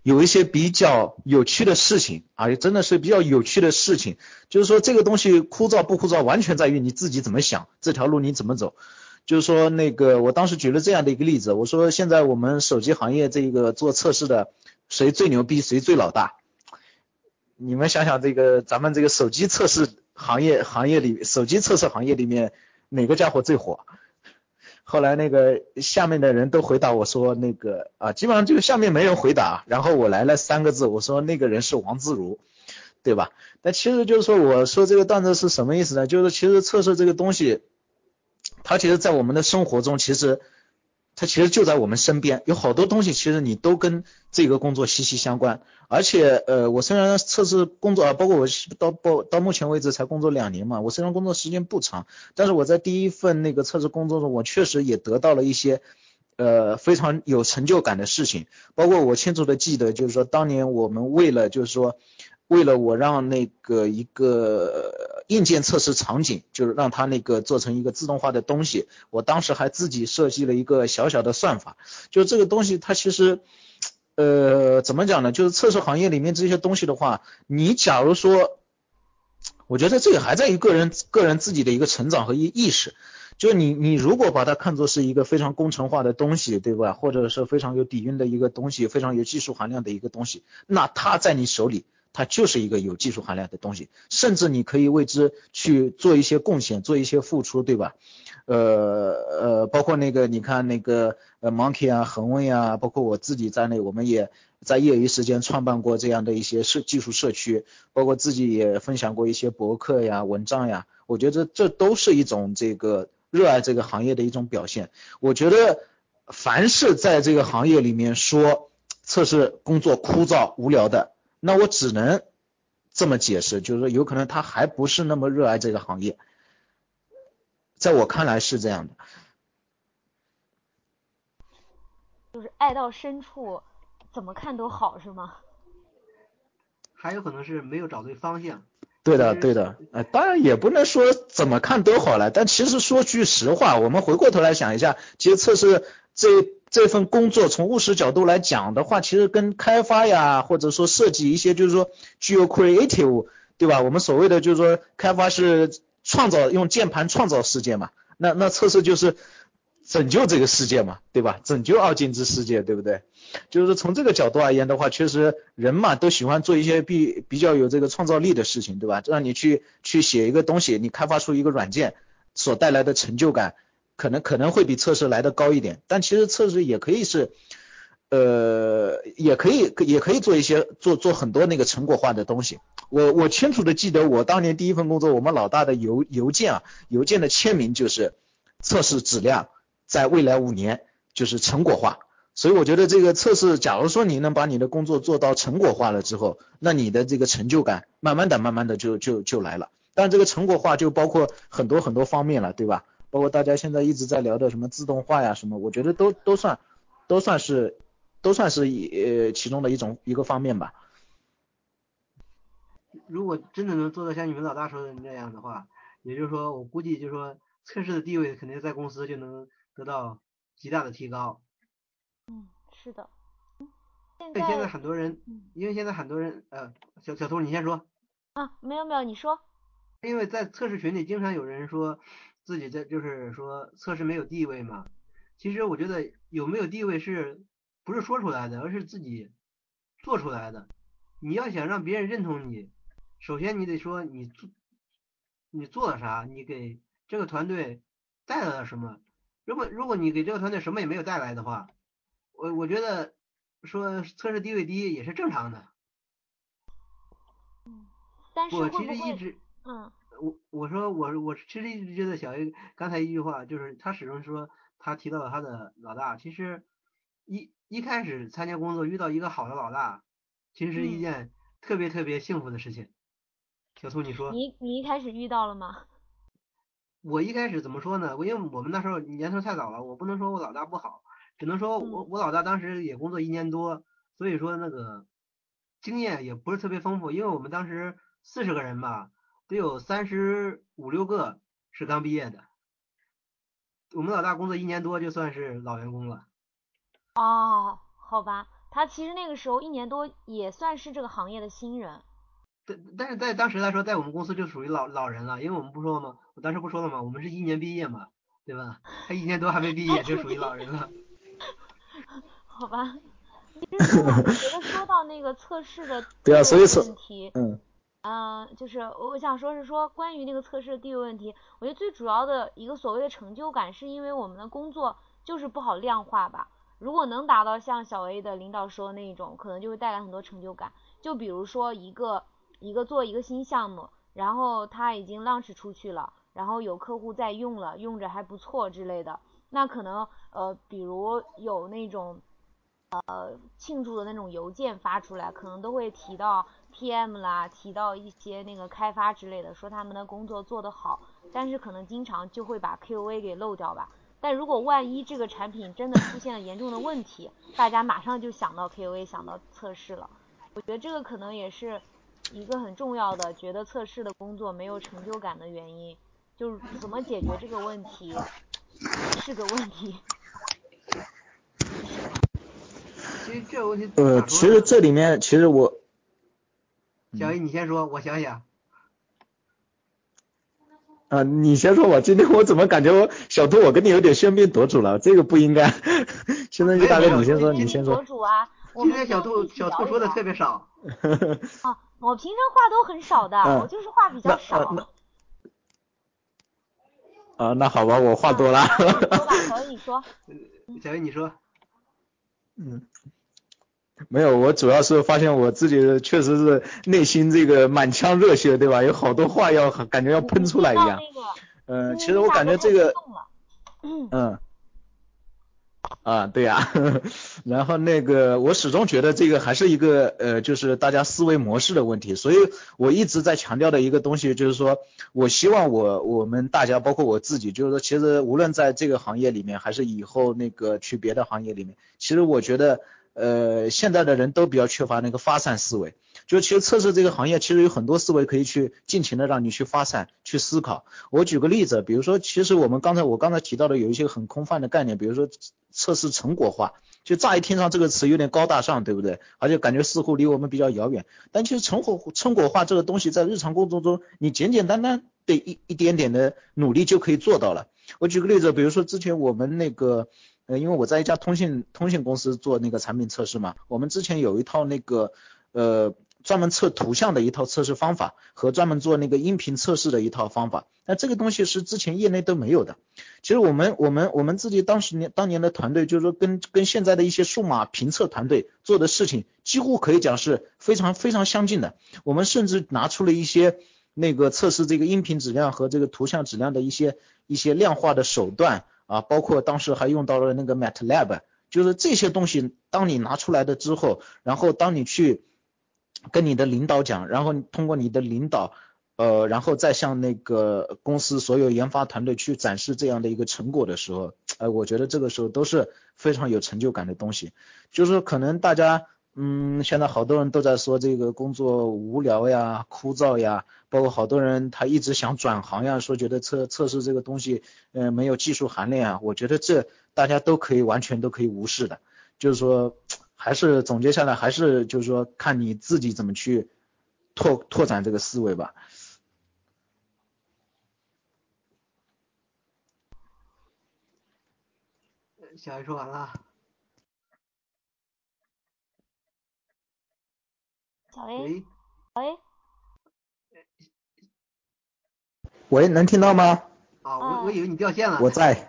有一些比较有趣的事情啊，真的是比较有趣的事情，就是说这个东西枯燥不枯燥，完全在于你自己怎么想，这条路你怎么走。就是说那个我当时举了这样的一个例子，我说现在我们手机行业这个做测试的谁最牛逼，谁最老大。你们想想这个咱们这个手机测试行业行业里，手机测试行业里面哪个家伙最火？后来那个下面的人都回答我说那个啊，基本上就下面没人回答，然后我来了三个字，我说那个人是王自如，对吧？但其实就是说我说这个段子是什么意思呢？就是其实测试这个东西，它其实在我们的生活中，其实它其实就在我们身边，有好多东西其实你都跟这个工作息息相关。而且呃，我虽然测试工作啊，包括我到到到目前为止才工作两年嘛，我虽然工作时间不长，但是我在第一份那个测试工作中，我确实也得到了一些呃非常有成就感的事情。包括我清楚的记得，就是说当年我们为了就是说为了我让那个一个硬件测试场景，就是让它那个做成一个自动化的东西，我当时还自己设计了一个小小的算法。就这个东西它其实呃怎么讲呢，就是测试行业里面这些东西的话，你假如说我觉得这个还在于个人个人自己的一个成长和意意识。就你你如果把它看作是一个非常工程化的东西，对吧？或者是非常有底蕴的一个东西，非常有技术含量的一个东西，那它在你手里它就是一个有技术含量的东西，甚至你可以为之去做一些贡献，做一些付出，对吧？呃呃，包括那个你看那个呃 Monkey 啊、恒温啊，包括我自己在内，我们也在业余时间创办过这样的一些社技术社区，包括自己也分享过一些博客呀、文章呀，我觉得这都是一种这个热爱这个行业的一种表现。我觉得凡是在这个行业里面说测试工作枯燥无聊的，那我只能这么解释，就是说有可能他还不是那么热爱这个行业，在我看来是这样的。 就是爱到深处，怎么看都好，是吗？ 还有可能是没有找对方向。 对的， 其实对的，呃，当然也不能说怎么看都好了，但其实说句实话，我们回过头来想一下，其实测试这这份工作从务实角度来讲的话，其实跟开发呀，或者说设计一些就是说具有 creative， 对吧？我们所谓的就是说开发是创造，用键盘创造世界嘛，那那测试就是拯救这个世界嘛，对吧？拯救二进之世界，对不对？就是从这个角度而言的话，确实人嘛都喜欢做一些比比较有这个创造力的事情，对吧？让你去去写一个东西，你开发出一个软件所带来的成就感，可能可能会比测试来的高一点。但其实测试也可以是，呃，也可以也可以做一些做做很多那个成果化的东西。我我清楚的记得我当年第一份工作，我们老大的邮邮件啊，邮件的签名就是测试质量在未来五年就是成果化。所以我觉得这个测试，假如说你能把你的工作做到成果化了之后，那你的这个成就感慢慢的、慢慢的就就就来了。但这个成果化就包括很多很多方面了，对吧？包括大家现在一直在聊的什么自动化呀什么，我觉得都都算都算是都算是呃其中的一种一个方面吧。 如果真的能做到像你们老大说的那样的话，也就是说，我估计就是说测试的地位肯定在公司就能得到极大的提高。 嗯，是的。现因为现在在， 很多人， 嗯因为现在很多人，呃，小小兔你先说。 啊，没有没有，你说。 因为在测试群里经常有人说自己在就是说测试没有地位嘛。其实我觉得有没有地位是不是说出来的，而是自己做出来的。你要想让别人认同你，首先你得说你做你做了啥，你给这个团队带来了什么。如果如果你给这个团队什么也没有带来的话，我我觉得说测试地位低也是正常的。 嗯，但是我其会不会， 实一直嗯我我说我我其实一直觉得小 A 刚才一句话就是他始终说他提到了他的老大，其实一一开始参加工作遇到一个好的老大，其实是一嗯， 件特别特别幸福的事情。小兔你说。 你你一开始遇到了吗？ 我一开始怎么说呢？我因为我们那时候年头太早了，我不能说我老大不好，只能说我嗯我老大当时也工作一年多，所以说那个经验也不是特别丰富，因为我们当时四十个人吧，得有三十五六个是刚毕业的。我们老大工作一年多就算是老员工了。 哦，好吧， 他其实那个时候一年多也算是这个行业的新人。 但但是在当时来说，在我们公司就属于老老人了，因为我们不说嘛，我当时不说了嘛，我们是一年毕业嘛，对吧？他一年多还没毕业就属于老人了。 好吧，其实我觉得说到那个测试的对啊，所以问题， 嗯。 嗯、呃，就是我想说是说关于那个测试的地位问题，我觉得最主要的一个所谓的成就感，是因为我们的工作就是不好量化吧。如果能达到像小 A 的领导说的那种，可能就会带来很多成就感。就比如说一个一个做一个新项目，然后他已经 launch 出去了，然后有客户在用了，用着还不错之类的，那可能呃，比如有那种呃庆祝的那种邮件发出来，可能都会提到 P M 啦，提到一些那个开发之类的，说他们的工作做得好，但是可能经常就会把 Q A 给漏掉吧。但如果万一这个产品真的出现了严重的问题，大家马上就想到 Q A， 想到测试了。我觉得这个可能也是一个很重要的，觉得测试的工作没有成就感的原因，就是怎么解决这个问题是个问题。 其实这个问题呃，其实这里面其实我， 小 A 你先说，我想想。 啊、呃，你先说吧。今天我怎么感觉我小兔我跟你有点喧宾夺主了？这个不应该。现在大哥你先说，你先说。 夺主啊！ 今天小兔小兔说的特别少。 啊，我平常话都很少的， 嗯、 我就是话比较少。 那啊，那好吧，我话多了。 啊、你说吧，小 A 你说。 小 A 你说。 嗯。没有，我主要是发现我自己确实是内心这个满腔热血，对吧？有好多话要感觉要喷出来一样。 那个、呃，其实我感觉这个，嗯，啊，对呀、啊，然后那个我始终觉得这个还是一个呃，就是大家思维模式的问题，所以我一直在强调的一个东西就是说，我希望我我们大家包括我自己，就是说，其实无论在这个行业里面，还是以后那个去别的行业里面，其实我觉得。呃，现在的人都比较缺乏那个发散思维，就其实测试这个行业其实有很多思维可以去尽情的让你去发散去思考。我举个例子，比如说其实我们刚才我刚才提到的有一些很空泛的概念，比如说测试成果化，就乍一听上这个词有点高大上，对不对？而且感觉似乎离我们比较遥远，但其实成果成果化这个东西在日常工作中你简简单单的一一点点的努力就可以做到了。我举个例子，比如说之前我们那个呃，因为我在一家通信通信公司做那个产品测试嘛，我们之前有一套那个呃专门测图像的一套测试方法和专门做那个音频测试的一套方法，那这个东西是之前业内都没有的。其实我们我们我们自己当时年当年的团队就是说跟跟现在的一些数码评测团队做的事情几乎可以讲是非常非常相近的。我们甚至拿出了一些那个测试这个音频质量和这个图像质量的一些一些量化的手段。啊，包括当时还用到了那个 MATLAB， 就是这些东西，当你拿出来的之后，然后当你去跟你的领导讲，然后通过你的领导，呃，然后再向那个公司所有研发团队去展示这样的一个成果的时候，呃，我觉得这个时候都是非常有成就感的东西。就是可能大家，嗯，现在好多人都在说这个工作无聊呀、枯燥呀。包括好多人他一直想转行呀，说觉得测测试这个东西，呃，没有技术含量啊，我觉得这大家都可以完全都可以无视的，就是说还是总结下来还是就是说看你自己怎么去拓拓展这个思维吧。 小 A 说完了。 小 A， 喂， 小 A， 喂，能听到吗？ 啊，我我以为你掉线了。 我在。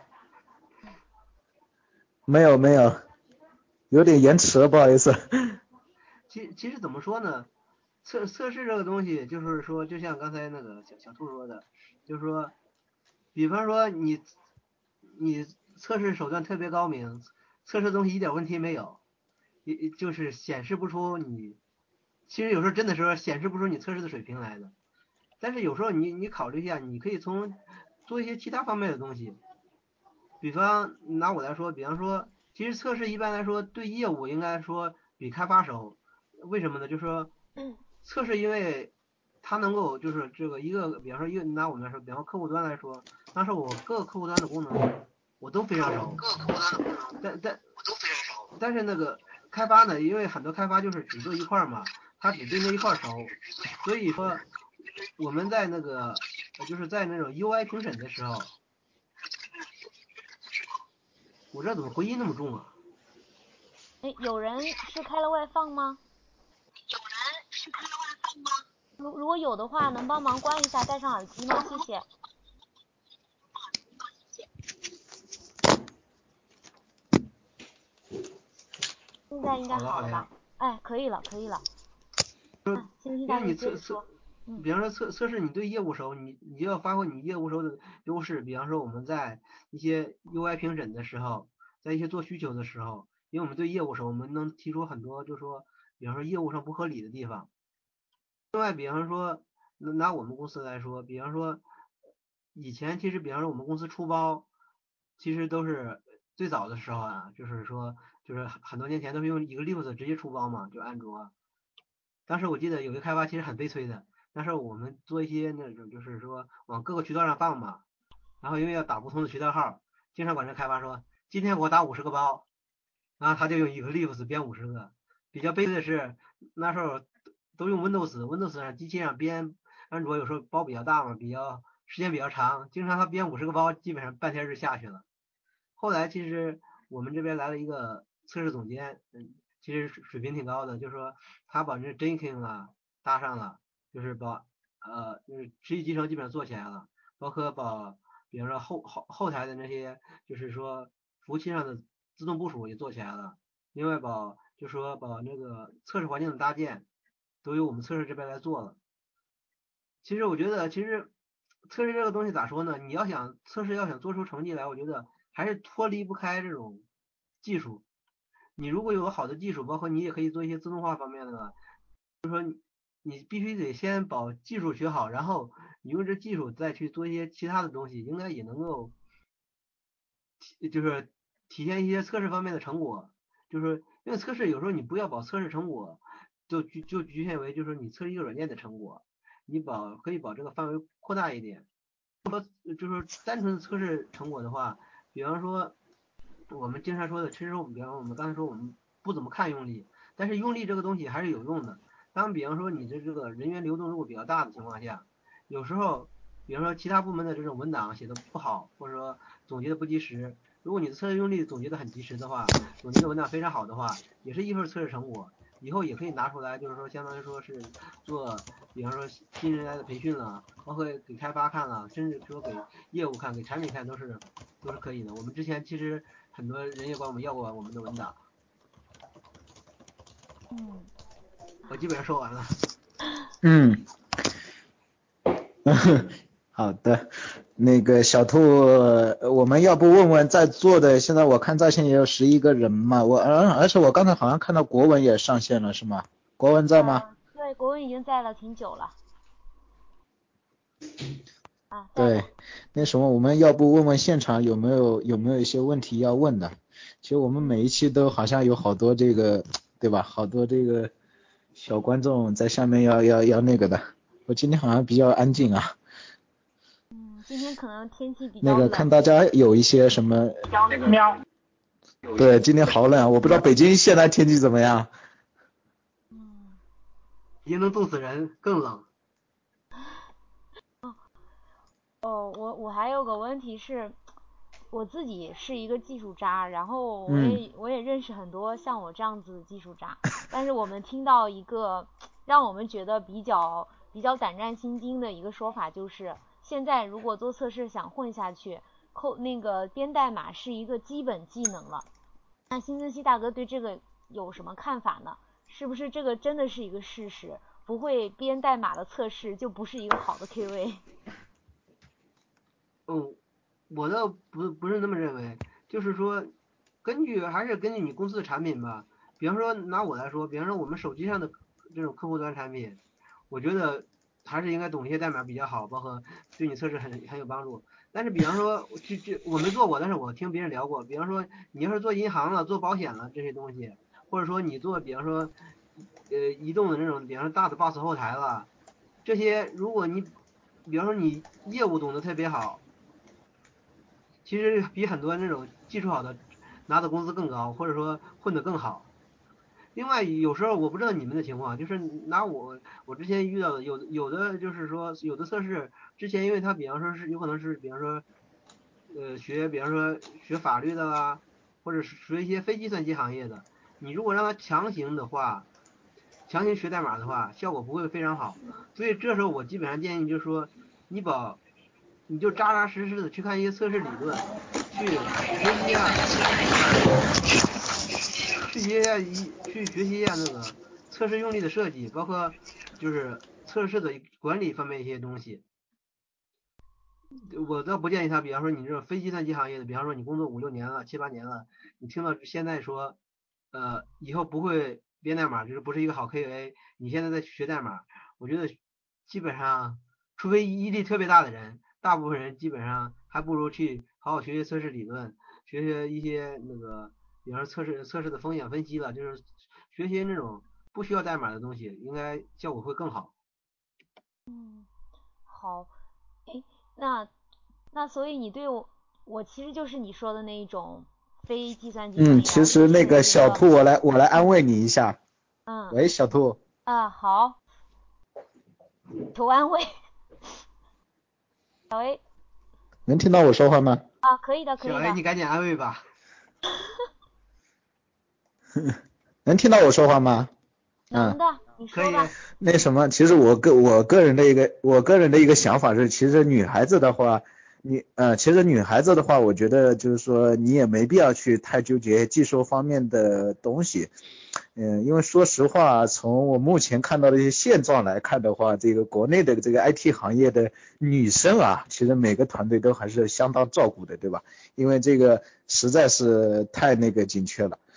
没有没有，有点延迟了，不好意思。 其其实怎么说呢？测测试这个东西，就是说，就像刚才那个小小兔说的，就是说，比方说你你测试手段特别高明，测试东西一点问题没有，也就是显示不出你，其实有时候真的是显示不出你测试的水平来的。但是有时候你你考虑一下，你可以从做一些其他方面的东西，比方拿我来说，比方说，其实测试一般来说对业务应该说比开发熟，为什么呢？就是说测试因为它能够就是这个一个，比方说一个拿我们来说，比方说客户端来说，当时我各个客户端的功能我都非常熟，但但但是那个开发呢，因为很多开发就是只做一块嘛，他只对那一块熟，所以说我们在那个就是在那种 U I 评审的时候，我这怎么回音那么重啊？ 哎，有人是开了外放吗？有人是开了外放吗？如如果有的话，能帮忙关一下，戴上耳机吗？谢谢。现在应该好了吧？哎，可以了，可以了。啊，星星大哥接着说。嗯。 比方说测测试你对业务熟，你你就要发挥你业务熟的优势。比方说我们在一些 U I 评审的时候，在一些做需求的时候，因为我们对业务熟，我们能提出很多，就是说，比方说业务上不合理的地方。另外，比方说拿我们公司来说，比方说以前其实，比方说我们公司出包，其实都是最早的时候啊，就是说就是很多年前都是用一个 Linux 直接出包嘛，就安卓。当时我记得有个开发其实很悲催的，那时候我们做一些那种就是说往各个渠道上放嘛，然后因为要打不同的渠道号，经常管这开发说今天给我打五十个包，然后他就用一个 Linux 编五十个。比较悲催的是那时候都用 Windows，Windows 上机器上编安卓有时候包比较大嘛，比较时间比较长，经常他编五十个包，基本上半天就下去了。后来其实我们这边来了一个测试总监，嗯，其实水平挺高的，就是说他把这 Jenkins 啊搭上了，就是把呃就是实际集成基本上做起来了，包括把比方说后后后台的那些就是说服务器上的自动部署也做起来了，另外把就是说把那个测试环境的搭建都由我们测试这边来做了。其实我觉得其实测试这个东西咋说呢？你要想测试要想做出成绩来，我觉得还是脱离不开这种技术。你如果有好的技术，包括你也可以做一些自动化方面的，就是说你必须得先把技术学好，然后你用这技术再去做一些其他的东西，应该也能够就是体现一些测试方面的成果。就是因为测试有时候你不要把测试成果就局就局限为就是你测试一个软件的成果，你把可以把这个范围扩大一点。就是单纯的测试成果的话，比方说我们经常说的，其实我们比方说我们刚才说我们不怎么看用力，但是用力这个东西还是有用的。当比方说你的这个人员流动如果比较大的情况下，有时候比方说其他部门的这种文档写的不好，或者说总结的不及时，如果你的测试用力总结的很及时的话，总结的文档非常好的话，也是一份测试成果。以后也可以拿出来，就是说相当于说是做，比方说新人来的培训了，包括给开发看了，甚至说给业务看、给产品看都是都是可以的。我们之前其实很多人也管我们要过我们的文档。 嗯， 我基本上说完了。 嗯，好的，那个小兔，我们要不问问在座的，现在我看在线也有十一个人嘛，我而而且我刚才好像看到国文也上线了，是吗？国文在吗？ 呃、对，国文已经在了挺久了。啊，在对，那什么，我们要不问问现场有没有有没有一些问题要问的？其实我们每一期都好像有好多这个，对吧？好多这个小观众在下面要要要那个的。我今天好像比较安静啊。 嗯，今天可能天气比那较冷。 个看大家有一些什么？ 喵。 对，今天好冷啊，我不知道北京现在天气怎么样。 嗯。 已经能冻死人，更冷。 哦，我我还有个问题是，我自己是一个技术渣，然后我嗯也我也认识很多像我这样子的技术渣，但是我们听到一个让我们觉得比较比较胆战心惊的一个说法，就是现在如果做测试想混下去，扣那个编代码是一个基本技能了。那辛泽西大哥对这个有什么看法呢？是不是这个真的是一个事实？不会编代码的测试就不是一个好的 Q A？ 嗯，我倒不不是那么认为，就是说，根据还是根据你公司的产品吧。比方说拿我来说，比方说我们手机上的这种客户端产品，我觉得还是应该懂一些代码比较好，包括对你测试很很有帮助。但是比方说，这这我没做过，但是我听别人聊过。比方说你要是做银行了、做保险了这些东西，或者说你做比方说呃移动的那种，比方说大的 B O S S 后台了，这些如果你比方说你业务懂得特别好。其实比很多那种技术好的拿的工资更高，或者说混得更好。 另外有时候我不知道你们的情况，就是拿我我之前遇到的有有的就是说有的测试之前，因为他比方说是有可能是比方说呃学比方说学法律的啦，或者是学一些非计算机行业的，你如果让他强行的话，强行学代码的话，效果不会非常好。所以这时候我基本上建议就是说，你把你就扎扎实实的去看一些测试理论，去学习一下。去学习一下一去学习一下那个测试用例的设计，包括就是测试的管理方面一些东西。我倒不建议他，比方说你这种非计算机行业的，比方说你工作五六年了、七八年了，你听到现在说，呃，以后不会编代码，就是不是一个好 Q A，你现在在学代码，我觉得基本上，除非毅力特别大的人，大部分人基本上还不如去好好学学测试理论，学学一些那个，比方说测试测试的风险分析了，就是学习那种不需要代码的东西，应该效果会更好。 嗯，好，诶，那那所以你对我我其实就是你说的那一种非计算机行嗯， 业，而且其实那是觉得个小兔，我来我来安慰你一下。 嗯喂，小兔， 啊好，求安慰，小 A 能听到我说话吗？ 啊，可以的可小以 A， 的， 你赶紧安慰吧。 能听到我说话吗？嗯， 能的，你可以。 说吧。 那什么，其实我个我个人的一个我个人的一个想法是，其实女孩子的话，你呃，其实女孩子的话，我觉得就是说你也没必要去太纠结技术方面的东西。嗯，因为说实话，从我目前看到的一些现状来看的话，这个国内的这个 I T 行业的女生啊，其实每个团队都还是相当照顾的，对吧？因为这个实在是太那个紧缺了。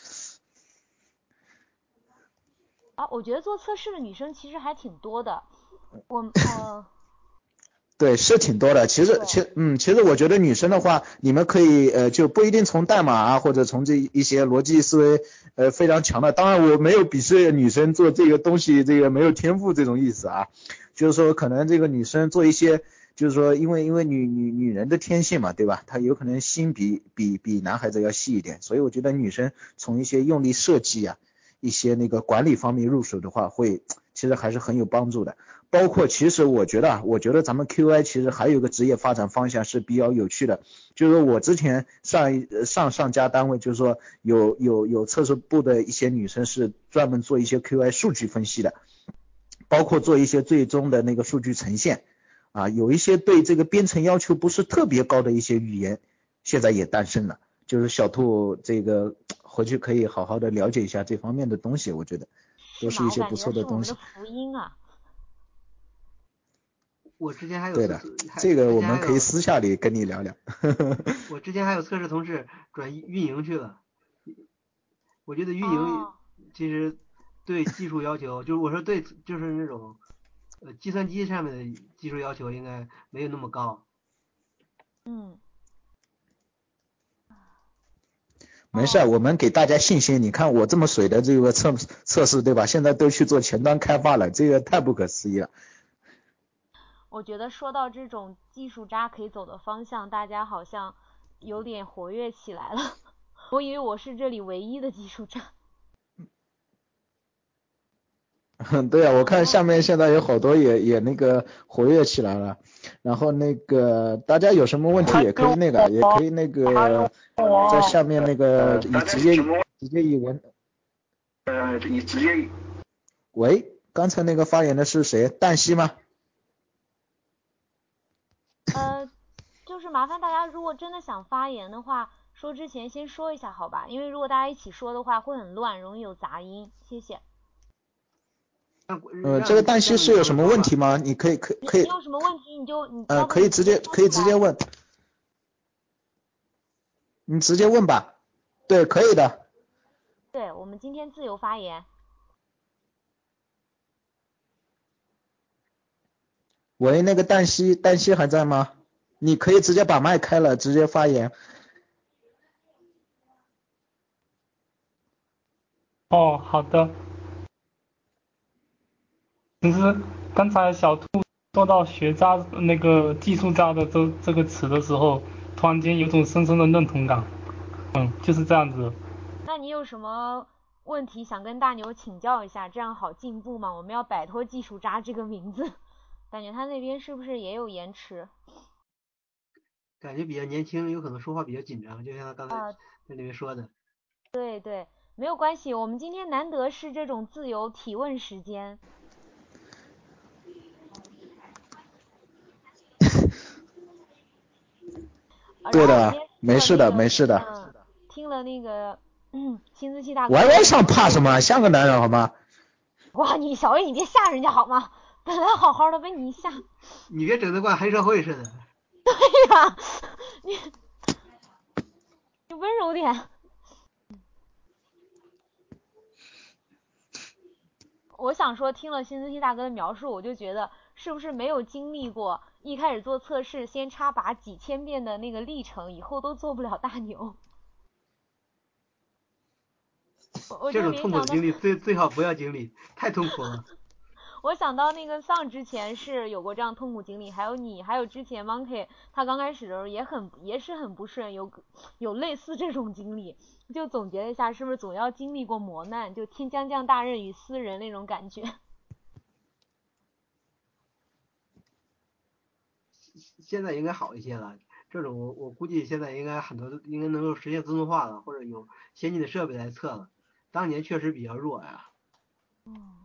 啊，我觉得做测试的女生其实还挺多的。我呃， 对，是挺多的。其实， 对， 其嗯，其实我觉得女生的话，你们可以呃，就不一定从代码啊，或者从这一些逻辑思维呃非常强的。当然，我没有鄙视女生做这个东西，这个没有天赋这种意思啊。就是说，可能这个女生做一些，就是说，因为因为女女女人的天性嘛，对吧？她有可能心比比比男孩子要细一点，所以我觉得女生从一些用力设计啊，一些那个管理方面入手的话，会其实还是很有帮助的。包括其实我觉得啊，我觉得咱们 Q I 其实还有一个职业发展方向是比较有趣的，就是我之前上一上上家单位，就是说有有有测试部的一些女生是专门做一些 Q I 数据分析的，包括做一些最终的那个数据呈现啊，有一些对这个编程要求不是特别高的一些语言，现在也诞生了。就是小兔这个回去可以好好的了解一下这方面的东西，我觉得都是吗？我是一些不感觉是我错的东西。 们的福音啊。 我之前还有对的， 测试，还这个之我们可以前还有私下里跟你聊聊。 我之前还有测试同事转运营去了。我觉得运营哦， 其实对技术要求，就是我说对，就是那种呃计算机上面的技术要求应该没有那么高。 嗯， 没事， 哦， 我们给大家信心。你看我这么水的这个测测试，对吧？现在都去做前端开发了，这个太不可思议了。 我觉得说到这种技术渣可以走的方向，大家好像有点活跃起来了。我以为我是这里唯一的技术渣。 对啊，我看下面现在有好多也也那个活跃起来了。然后那个大家有什么问题也可以那个，也可以那个在下面那个以直接直接以文。呃，你直接。喂，刚才那个发言的是谁？蛋西吗？ 呃，就是麻烦大家，如果真的想发言的话，说之前先说一下好吧？因为如果大家一起说的话会很乱，容易有杂音。谢谢。 呃，这个蛋西是有什么问题吗？你可以可可以。 你有什么问题你就你呃， 要不可以直接可以直接问，你直接问吧。对，可以的。 对，我们今天自由发言。 喂，那个蛋西，蛋西还在吗？你可以直接把麦开了，直接发言。 哦，好的。其实刚才小兔说到学渣那个技术渣的这这个词的时候，突然间有种深深的认同感。嗯，就是这样子。 那你有什么问题想跟大牛请教一下，这样好进步嘛？我们要摆脱技术渣这个名字。感觉他那边是不是也有延迟？ 感觉比较年轻，有可能说话比较紧张，就像他刚才啊、 在那边说的。 对对，没有关系，我们今天难得是这种自由提问时间。啊对的， 然后我今天没事的， 听了那个， 没事的。 嗯，听了那个，嗯，新自期大哥。 歪歪上怕什么？像个男人好吗？ 哇，你小魏，你别吓人家好吗？本来好好的被你一吓。 你别整的跟黑社会似的。 对呀，你你温柔点。我想说，听了新自期大哥的描述，我就觉得是不是没有经历过一开始做测试先插拔几千遍的那个历程，以后都做不了大牛。我我就这种联想到， 痛苦的经历最最好不要经历，太痛苦了。 我想到那个丧之前是有过这样痛苦经历，还有你，还有之前 Monkey 他刚开始的时候也很也是很不顺，有有类似这种经历，就总结了一下，是不是总要经历过磨难，就天将降大任于斯人那种感觉。 现在应该好一些了，这种我我估计现在应该很多应该能够实现自动化了，或者有先进的设备来测了。当年确实比较弱呀。 嗯。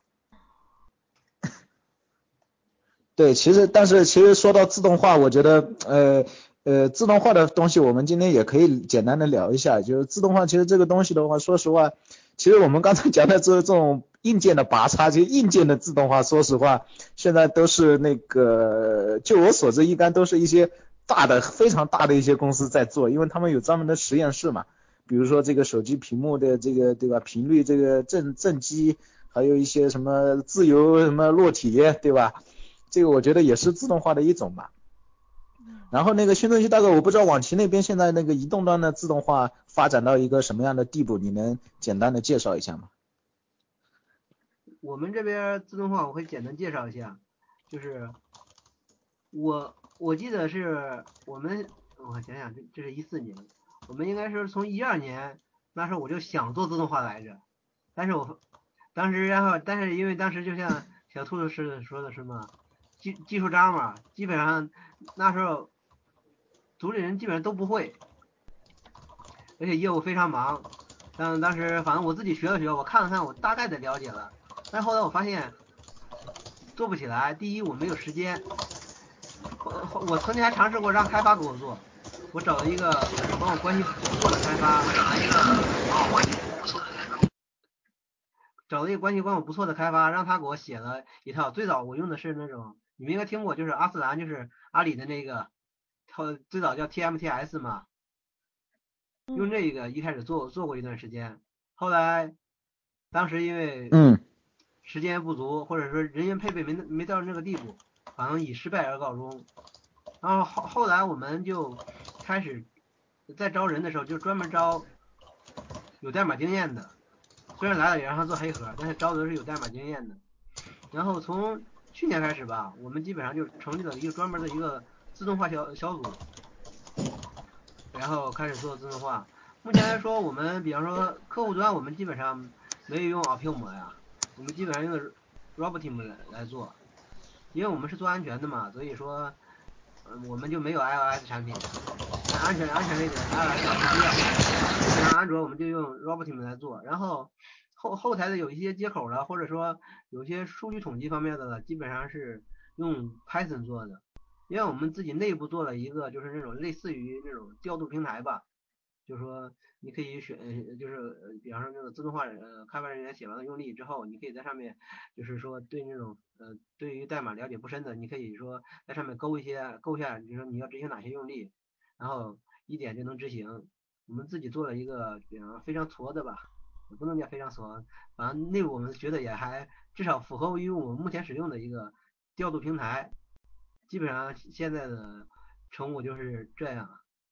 对，其实但是其实说到自动化，我觉得呃呃自动化的东西，我们今天也可以简单的聊一下。就是自动化，其实这个东西的话，说实话，其实我们刚才讲的这这种硬件的拔插，其实硬件的自动化，说实话，现在都是那个，就我所知，一般都是一些大的非常大的一些公司在做，因为他们有专门的实验室嘛。比如说这个手机屏幕的这个对吧，频率这个正正极，还有一些什么自由什么落体，对吧？这个我觉得也是自动化的一种吧。然后那个新泽西大哥，我不知道网旗那边现在那个移动端的自动化发展到一个什么样的地步，你能简单的介绍一下吗？ 我们这边自动化我会简单介绍一下，就是我我记得是我们我想想这这是一四年，我们应该是从一二年那时候我就想做自动化来着，但是我当时然后但是因为当时就像小兔子似的说的是嘛，技技术渣嘛，基本上那时候组里人基本上都不会，而且业务非常忙。但当时反正我自己学了学，我看了看，我大概的了解了。但是后来我发现做不起来。第一，我没有时间。我我曾经还尝试过让开发给我做，我找了一个帮我关系不错的开发，找了一个关系关我不错的开发，让他给我写了一套。最早我用的是那种，你们应该听过，就是阿斯兰，就是阿里的那个，最早叫 T M T S 嘛。用这个一开始做做过一段时间，后来当时因为嗯时间不足，或者说人员配备没没到那个地步，好像以失败而告终。然后后后来我们就开始在招人的时候就专门招有代码经验的，虽然来了也让他做黑盒，但是招的都是有代码经验的。然后从去年开始吧，我们基本上就成立了一个专门的一个自动化小小组。然后开始做自动化。目前来说，我们比方说客户端，我们基本上没有用 Appium 呀，我们基本上用的 Roboteam 来来做，因为我们是做安全的嘛，所以说，嗯，我们就没有 iOS 产品，安全安全类的 iOS 不需要。像安卓我们就用 Roboteam 来做，然后后后台的有一些接口了，或者说有些数据统计方面的了，基本上是用 Python 做的。因为我们自己内部做了一个，就是那种类似于那种调度平台吧，就是说你可以选，就是比方说那个自动化呃开发人员写完了用例之后，你可以在上面，就是说对那种呃对于代码了解不深的，你可以说在上面勾一些勾一下，比如说你要执行哪些用例，然后一点就能执行。我们自己做了一个比方非常矬的吧，也不能叫非常矬，反正内部我们觉得也还至少符合于我们目前使用的一个调度平台。基本上现在的成果就是这样。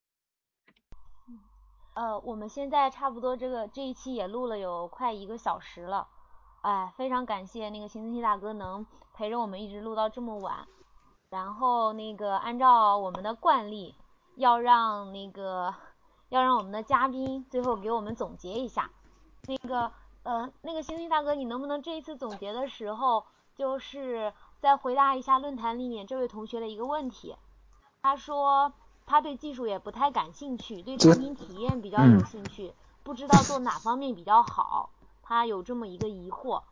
呃，我们现在差不多这个这一期也录了有快一个小时了，哎，非常感谢那个秦思琪大哥能陪着我们一直录到这么晚。然后那个按照我们的惯例，要让那个要让我们的嘉宾最后给我们总结一下。 那个呃，那个星星大哥，你能不能这一次总结的时候，就是再回答一下论坛里面这位同学的一个问题？他说他对技术也不太感兴趣，对产品体验比较有兴趣，嗯、不知道做哪方面比较好，他有这么一个疑惑。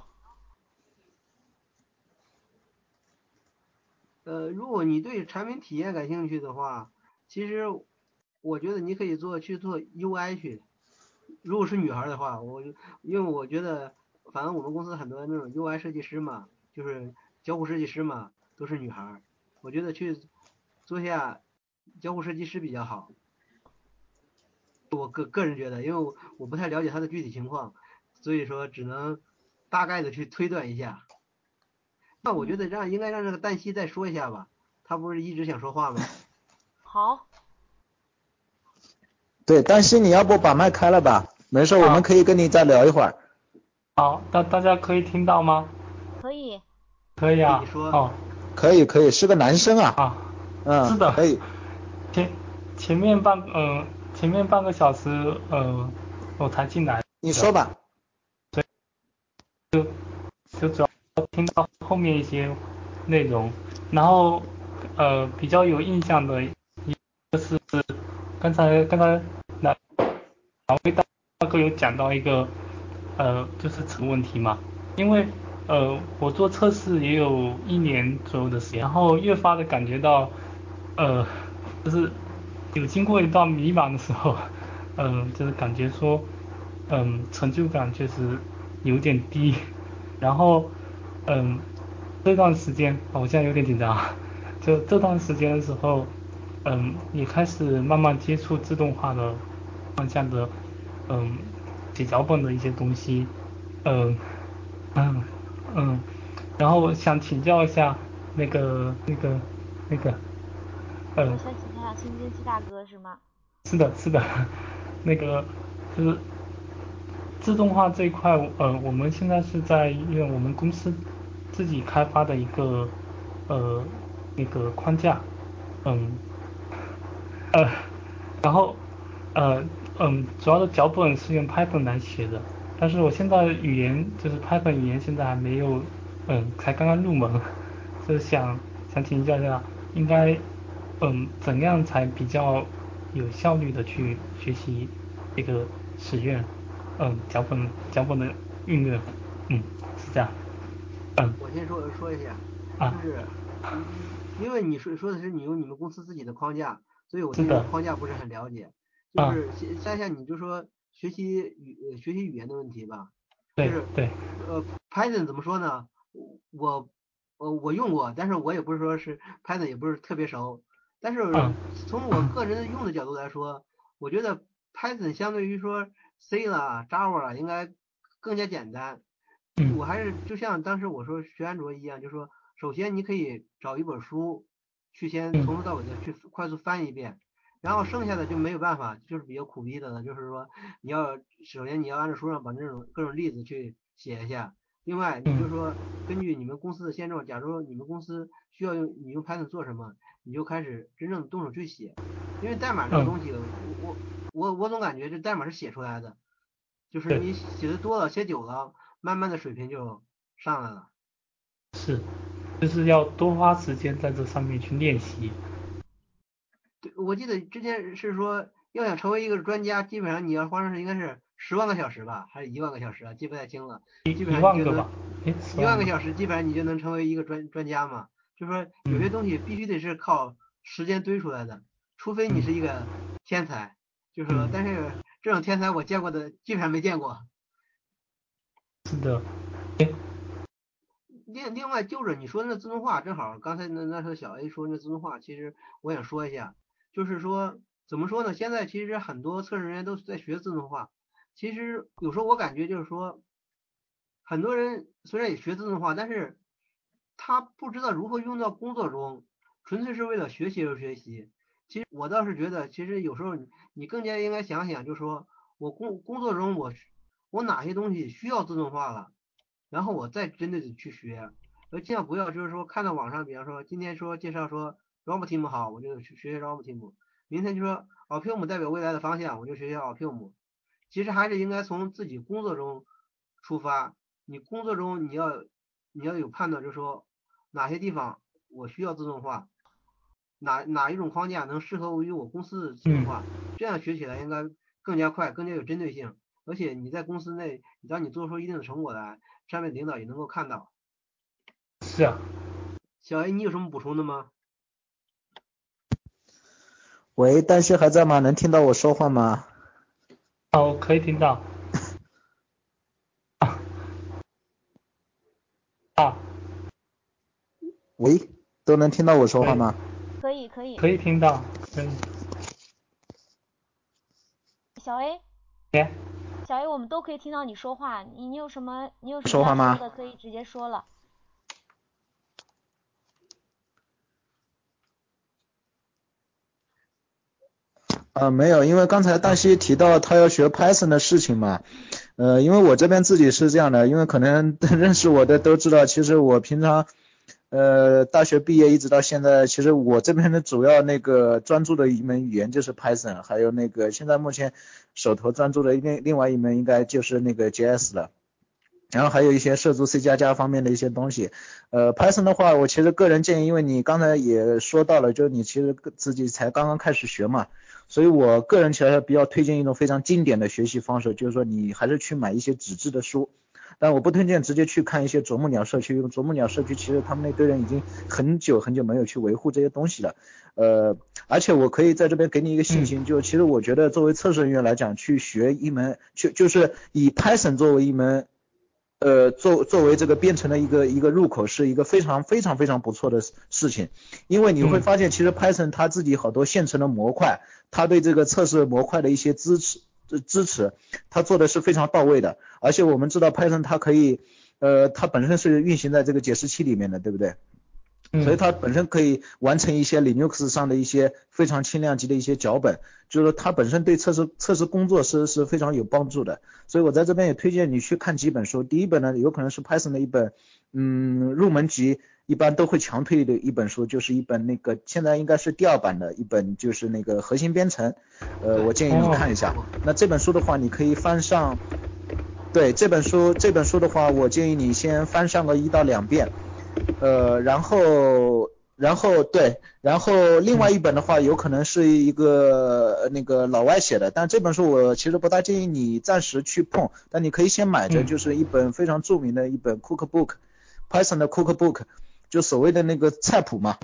呃，如果你对产品体验感兴趣的话，其实我觉得你可以做去做 U I 去。如果是女孩的话，我因为我觉得，反正我们公司很多那种 U I 设计师嘛，就是交互设计师嘛，都是女孩。我觉得去做下交互设计师比较好。我个个人觉得，因为我我不太了解他的具体情况，所以说只能大概的去推断一下。那我觉得让应该让这个丹西再说一下吧，他不是一直想说话吗？ 好。 对，丹西你要不把麦开了吧？没事，我们可以跟你再聊一会儿。 好，大大家可以听到吗？ 可以。 可以啊。 你说。 哦。 可以可以，是个男生啊。 啊。 嗯。 是的。 可以。 前前面半呃前面半个小时呃我才进来。 你说吧。 对。就就主要听到后面一些内容，然后呃比较有印象的一个是刚才刚才两两位大哥有讲到一个呃就是这个问题嘛，因为呃我做测试也有一年左右的时间，然后越发的感觉到呃就是有经过一段迷茫的时候，嗯、呃、就是感觉说嗯、呃、成就感确实有点低，然后嗯、呃、这段时间我现在有点紧张，就这段时间的时候嗯也开始慢慢接触自动化的方向的嗯写脚本的一些东西，嗯嗯嗯，然后我想请教一下那个那个那个我想请教一下新京七大哥是吗？ 是的是的，那个就是自动化这一块，呃，我们现在是在用我们公司自己开发的一个呃那个框架，嗯呃，然后呃嗯，主要的脚本是用 Python 来写的，但是我现在语言就是 Python 语言现在还没有，嗯，才刚刚入门，就是想想请教一下，应该嗯怎样才比较有效率的去学习这个实验，嗯，脚本脚本的运用，嗯，是这样，嗯， 我先说说一下， 啊， 就是嗯，因为你说说的是你用你们公司自己的框架，所以我对这个是的， 框架不是很了解。就啊， 是先下下你就说学习语呃学习语言的问题吧，就对是对， 呃 Python 怎么说呢？我呃我用过，但是我也不是说是 Python 也不是特别熟，但嗯是从我个人用的角度来说，我觉得 Python 相对于说 C 啦 Java 啦应该更加简单。 嗯我还是就像当时我说学安卓一样，就是说，首先你可以找一本书，去先嗯从头到尾的去快速翻一遍，然后剩下的就没有办法，就是比较苦逼的了，就是说你要首先你要按照书上把那种各种例子去写一下，另外你就嗯说根据你们公司的现状，假如你们公司需要用你用 Python 做什么，你就开始真正动手去写，因为代码这个嗯， 东西，我我我我总感觉这代码是写出来的，就是对。 你写的多了，写久了。慢慢的水平就上来了。 是，就是要多花时间在这上面去练习。 对，我记得之前是说，要想成为一个专家，基本上你要花上应该是十万个小时吧，还是一万个小时啊？记不太清了。基本一一上你就能万个吧，诶，十一万万个， 个小时，基本上你就能成为一个专专家嘛。就说有些嗯东西必须得是靠时间堆出来的，除非你嗯是一个天才。就是说， 嗯， 但是这种天才我见过的基本上没见过。 是的， 另另外就是你说的那自动化，正好刚才那那是小 A 说那自动化，其实我想说一下，就是说怎么说呢？现在其实很多测试人员都在学自动化，其实有时候我感觉就是说，很多人虽然也学自动化，但是他不知道如何用到工作中，纯粹是为了学习而学习。其实我倒是觉得，其实有时候你你更加应该想想，就是说我工工作中我我哪些东西需要自动化了。然后我再针对的去学，而尽量不要就是说看到网上，比方说今天说介绍说 ROBOTeam 好，我就去学学 ROBOTeam，明天就说 Altium 代表未来的方向，我就学学 Altium， 其实还是应该从自己工作中出发。你工作中你要你要有判断，就是说哪些地方我需要自动化，哪哪一种框架能适合于我公司自动化，这样学起来应该更加快，更加有针对性。而且你在公司内，当你做出一定的成果来，上面领导也能够看到。 是啊。 小 A， 你有什么补充的吗？ 喂，丹旭还在吗？能听到我说话吗？ 哦，可以听到。啊。 喂，都能听到我说话吗？ 可以可以。 可以听到。嗯。 小 A。 Yeah. 小 A， 我们都可以听到你说话，你你有什么你有什么说话吗？ 要说的可以直接说了。 呃，没有，因为刚才大西提到他要学 Python 的事情嘛，呃，因为我这边自己是这样的，因为可能认识我的都知道，其实我平常，呃，大学毕业一直到现在，其实我这边的主要那个专注的一门语言就是 Python， 还有那个现在目前手头专注的另另外一门应该就是那个 J S 了。然后还有一些涉足 C 加加方面的一些东西，呃 Python 的话，我其实个人建议，因为你刚才也说到了，就是你其实自己才刚刚开始学嘛，所以我个人其实比较推荐一种非常经典的学习方式，就是说你还是去买一些纸质的书，但我不推荐直接去看一些啄木鸟社区，因为啄木鸟社区其实他们那堆人已经很久很久没有去维护这些东西了，呃，而且我可以在这边给你一个信心，就其实我觉得作为测试人员来讲，去学一门，去就是以 Python 作为一门。呃，作作为这个编程的一个一个入口，是一个非常非常非常不错的事情，因为你会发现，其实 Python 它自己好多现成的模块，它对这个测试模块的一些支持支持，它做的是非常到位的，而且我们知道 Python 它可以，呃，它本身是运行在这个解释器里面的，对不对？所以它本身可以完成一些 Linux 上的一些非常轻量级的一些脚本，就是它本身对测试测试工作是是非常有帮助的。所以我在这边也推荐你去看几本书，第一本呢有可能是 Python 的一本嗯入门级，一般都会强推的一本书，就是一本那个现在应该是第二版的一本，就是那个核心编程，呃我建议你看一下。那这本书的话你可以翻上，对，这本书这本书的话我建议你先翻上个一到两遍。呃，然后，然后对，然后另外一本的话，有可能是一个那个老外写的，但这本书我其实不大建议你暂时去碰，但你可以先买着，就是一本非常著名的一本 cookbook，Python 的 cookbook，就所谓的那个菜谱嘛。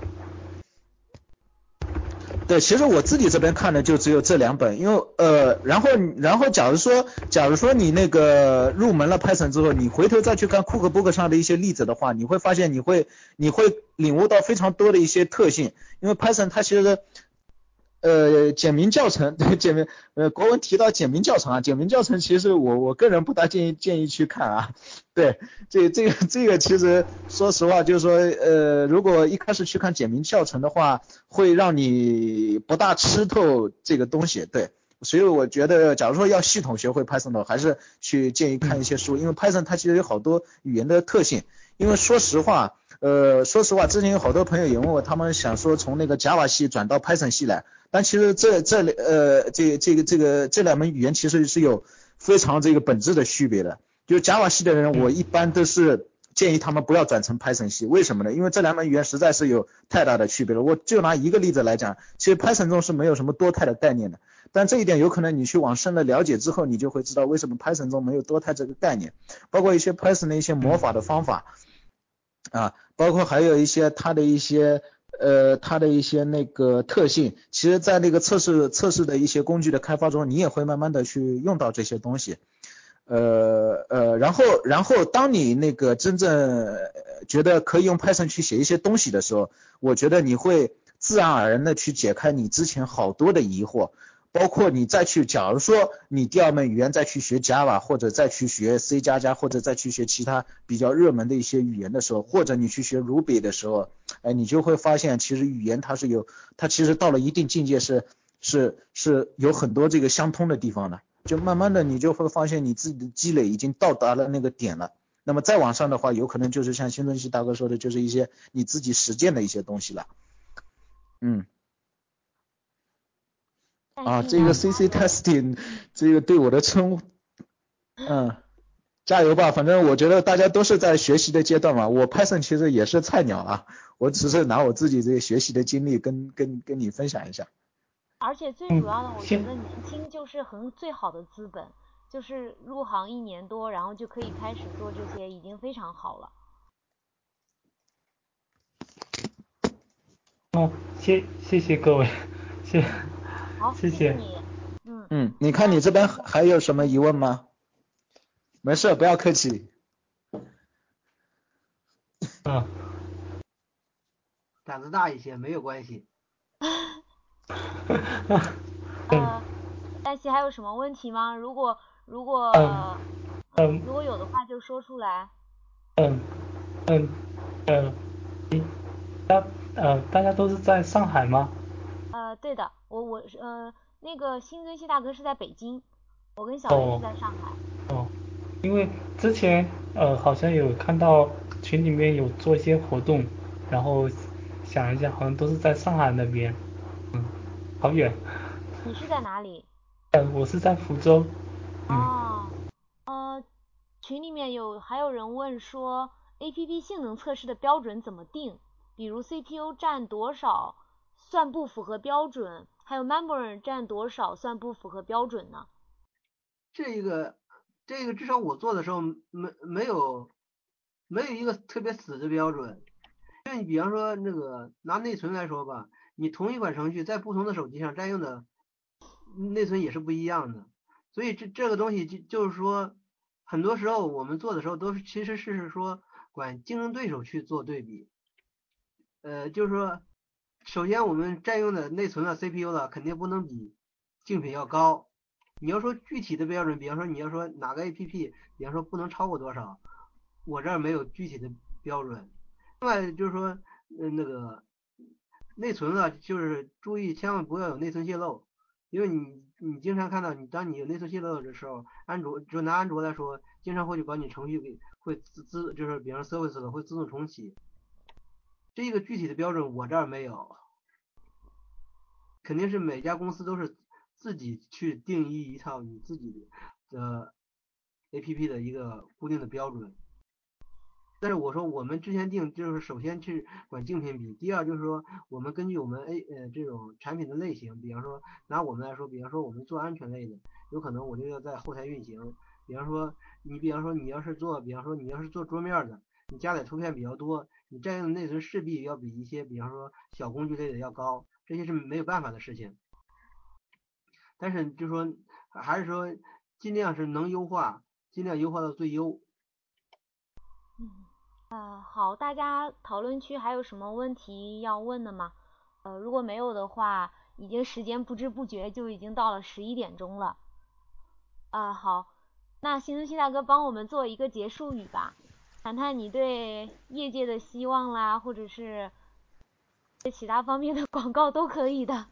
对，其实我自己这边看的就只有这两本，因为呃，然后然后假如说假如说你那个入门了 Python 之后，你回头再去看 cookbook 上的一些例子的话，你会发现你会你会领悟到非常多的一些特性，因为 Python 它其实呃简明教程，对简明呃国文提到简明教程啊，简明教程其实我我个人不大建议建议去看啊，对，这这个这个其实说实话就是说呃如果一开始去看简明教程的话，会让你不大吃透这个东西，对，所以我觉得假如说要系统学会 Python 的，还是去建议看一些书，因为 Python 它其实有好多语言的特性，因为说实话。呃，说实话，之前有好多朋友也问我，他们想说从那个 Java 系转到 Python 系来，但其实这这呃这这个这个这两门语言其实是有非常这个本质的区别的。就 Java 系的人，我一般都是建议他们不要转成 Python 系，为什么呢？因为这两门语言实在是有太大的区别了。我就拿一个例子来讲，其实 Python 中是没有什么多态的概念的，但这一点有可能你去往深的了解之后，你就会知道为什么 Python 中没有多态这个概念，包括一些 Python 的一些魔法的方法。啊，包括还有一些它的一些呃它的一些那个特性，其实在那个测试测试的一些工具的开发中，你也会慢慢的去用到这些东西。呃呃，然后然后当你那个真正觉得可以用 Python 去写一些东西的时候，我觉得你会自然而然的去解开你之前好多的疑惑。包括你再去，假如说你第二门语言再去学 Java， 或者再去学 C 加加，或者再去学其他比较热门的一些语言的时候，或者你去学 Ruby 的时候，哎，你就会发现其实语言它是有，它其实到了一定境界是是是有很多这个相通的地方的，就慢慢的你就会发现你自己的积累已经到达了那个点了。那么再往上的话，有可能就是像新东西大哥说的，就是一些你自己实践的一些东西了。嗯。 啊， 但是呢， 这个 C C 加油。 testing 这个对我的称呼，嗯，加油吧，反正我觉得大家都是在学习的阶段嘛，我 Python 其实也是菜鸟啊，我只是拿我自己这个学习的经历跟跟跟你分享一下。 而且最主嗯， 要的，我觉现得年轻就是很最好的资本，就是入行一年多，然后就可以开始做这些，已经非常好了。 哦，谢谢谢各位，谢嗯，好， 谢谢。 谢谢你。嗯， 嗯，你看那你这边那还有什么疑嗯， 问吗？没事，不要客气。 嗯胆子大一些没有关系。 嗯呃，黛西还有什么问题吗？如果如嗯果嗯嗯如果有的话就说出来。 嗯嗯呃，大呃大家都是在上海吗？ 呃，对的，我我是呃那个新增系大哥是在北京，我跟小 A 是哦在上海。 哦，因为之前呃好像有看到群里面有做一些活动，然后想一下好像都是在上海那边，嗯，好远。 你是在哪里？ 嗯，我是在福州。嗯， 哦，呃，群里面有还有人问说，A P P 性能测试的标准怎么定？比如 C P U 占多少算不符合标准，还有 memory 占多少算不符合标准呢？ 这个这个至少我做的时候没没有没有一个特别死的标准。因为你比方说那个拿内存来说吧，你同一款程序在不同的手机上占用的内存也是不一样的，所以这这个东西就就是说，很多时候我们做的时候都是其实是说管竞争对手去做对比。呃，就是说，首先我们占用的内存的 C P U 了，肯定不能比竞品要高。你要说具体的标准，比方说你要说哪个 A P P，比方说不能超过多少，我这儿没有具体的标准。另外就是说，嗯，那个内存了，就是注意千万不要有内存泄漏，因为你你经常看到你当你有内存泄漏的时候，安卓就拿安卓来说，经常会就把你程序给会自自就是比方说 service 了会自动重启。这个具体的标准我这儿没有，肯定是每家公司都是自己去定义一套你自己的 A P P 的一个固定的标准。但是我说我们之前定就是首先去管竞品比，第二就是说我们根据我们 A 呃这种产品的类型，比方说拿我们来说，比方说我们做安全类的，有可能我就要在后台运行。比方说你比方说你要是做，比方说你要是做桌面的，你加载图片比较多，你占用的内存势必要比一些比方说小工具类的要高，这些是没有办法的事情。但是就说还是说尽量是能优化，尽量优化到最优。 嗯，呃，好，大家讨论区还有什么问题要问的吗？呃，如果没有的话，已经时间不知不觉就已经到了十一点钟了。啊、好，那新增期大哥帮我们做一个结束语吧，谈谈你对业界的希望啦，或者是其他方面的广告都可以的。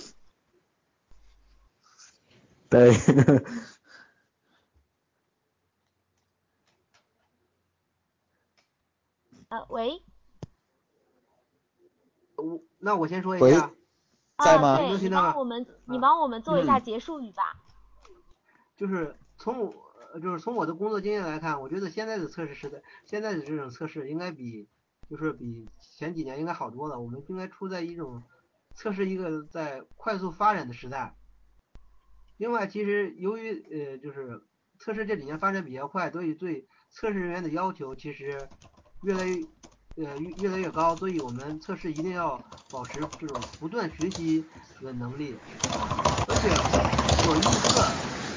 对。 呃，喂， 我那我先说一下。 喂，在啊， 吗？ 能对，你能听到吗？ 帮我们，你啊， 帮我们做一下嗯， 结束语吧。 就是从我呃就是从我的工作经验来看，我觉得现在的测试时代，现在的这种测试应该比就是比前几年应该好多了。我们应该处在一种测试一个在快速发展的时代。另外，其实由于呃就是测试这几年发展比较快，所以对测试人员的要求其实越来越呃越越来越高，所以我们测试一定要保持这种不断学习的能力。而且我预测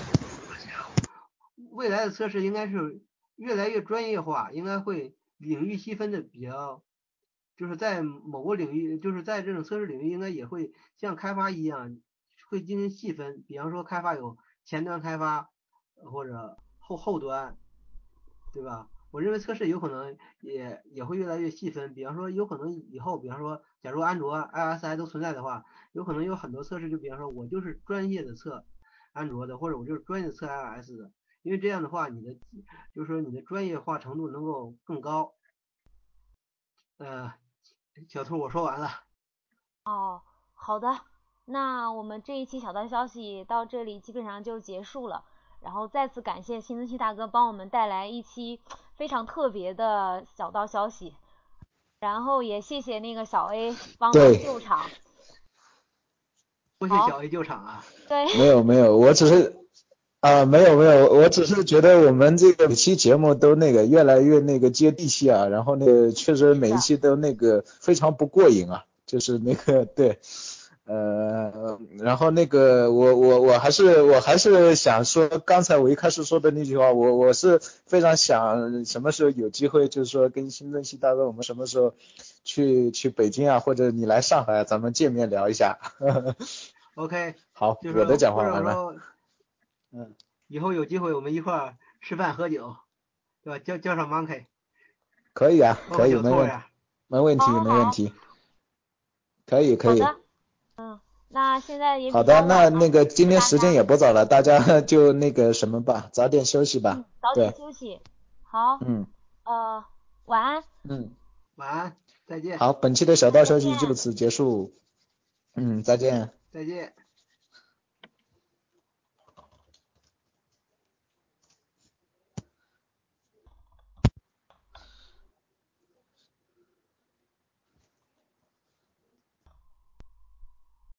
未来的测试应该是越来越专业化，应该会领域细分的比较，就是在某个领域，就是在这种测试领域，应该也会像开发一样，会进行细分。比方说开发有前端开发或者后后端，对吧？我认为测试有可能也也会越来越细分。比方说有可能以后，比方说假如安卓、iOS 还都存在的话，有可能有很多测试，就比方说我就是专业的测安卓的，或者我就是专业的测 iOS 的。因为这样的话，你的就是说你的专业化程度能够更高。呃，小兔我说完了。 哦，好的， 那我们这一期小道消息到这里基本上就结束了，然后再次感谢新增期大哥帮我们带来一期非常特别的小道消息，然后也谢谢那个小 A 帮忙救场。 多谢小 A 救场啊。 对。 没有没有，我只是啊、没有没有，我只是觉得我们这个每期节目都那个越来越那个接地气啊，然后那个确实每一期都那个非常不过瘾啊，就是那个对。呃，然后那个我我我还是我还是想说，刚才我一开始说的那句话，我我是非常想什么时候有机会，就是说跟新增期大哥，我们什么时候去去北京啊，或者你来上海，咱们见面聊一下。 OK。 好， 就是我的讲或话完了。 者说， 嗯， 以后有机会我们一块儿吃饭喝酒，对吧？叫叫上 Monkey， 可以啊， 包括可以，没问题， 小兔呀。 没问题， 好没问题，可以可以。 好的，嗯，那现在也好的， 比较晚了， 那那个今天时间也大家不早了，大家就那个什么吧，早点休息吧。 嗯，早点对， 休息。好， 嗯呃，晚安。 嗯， 晚安，再见。 好，本期的小道消息就再见。 此结束。嗯，再见。 再见。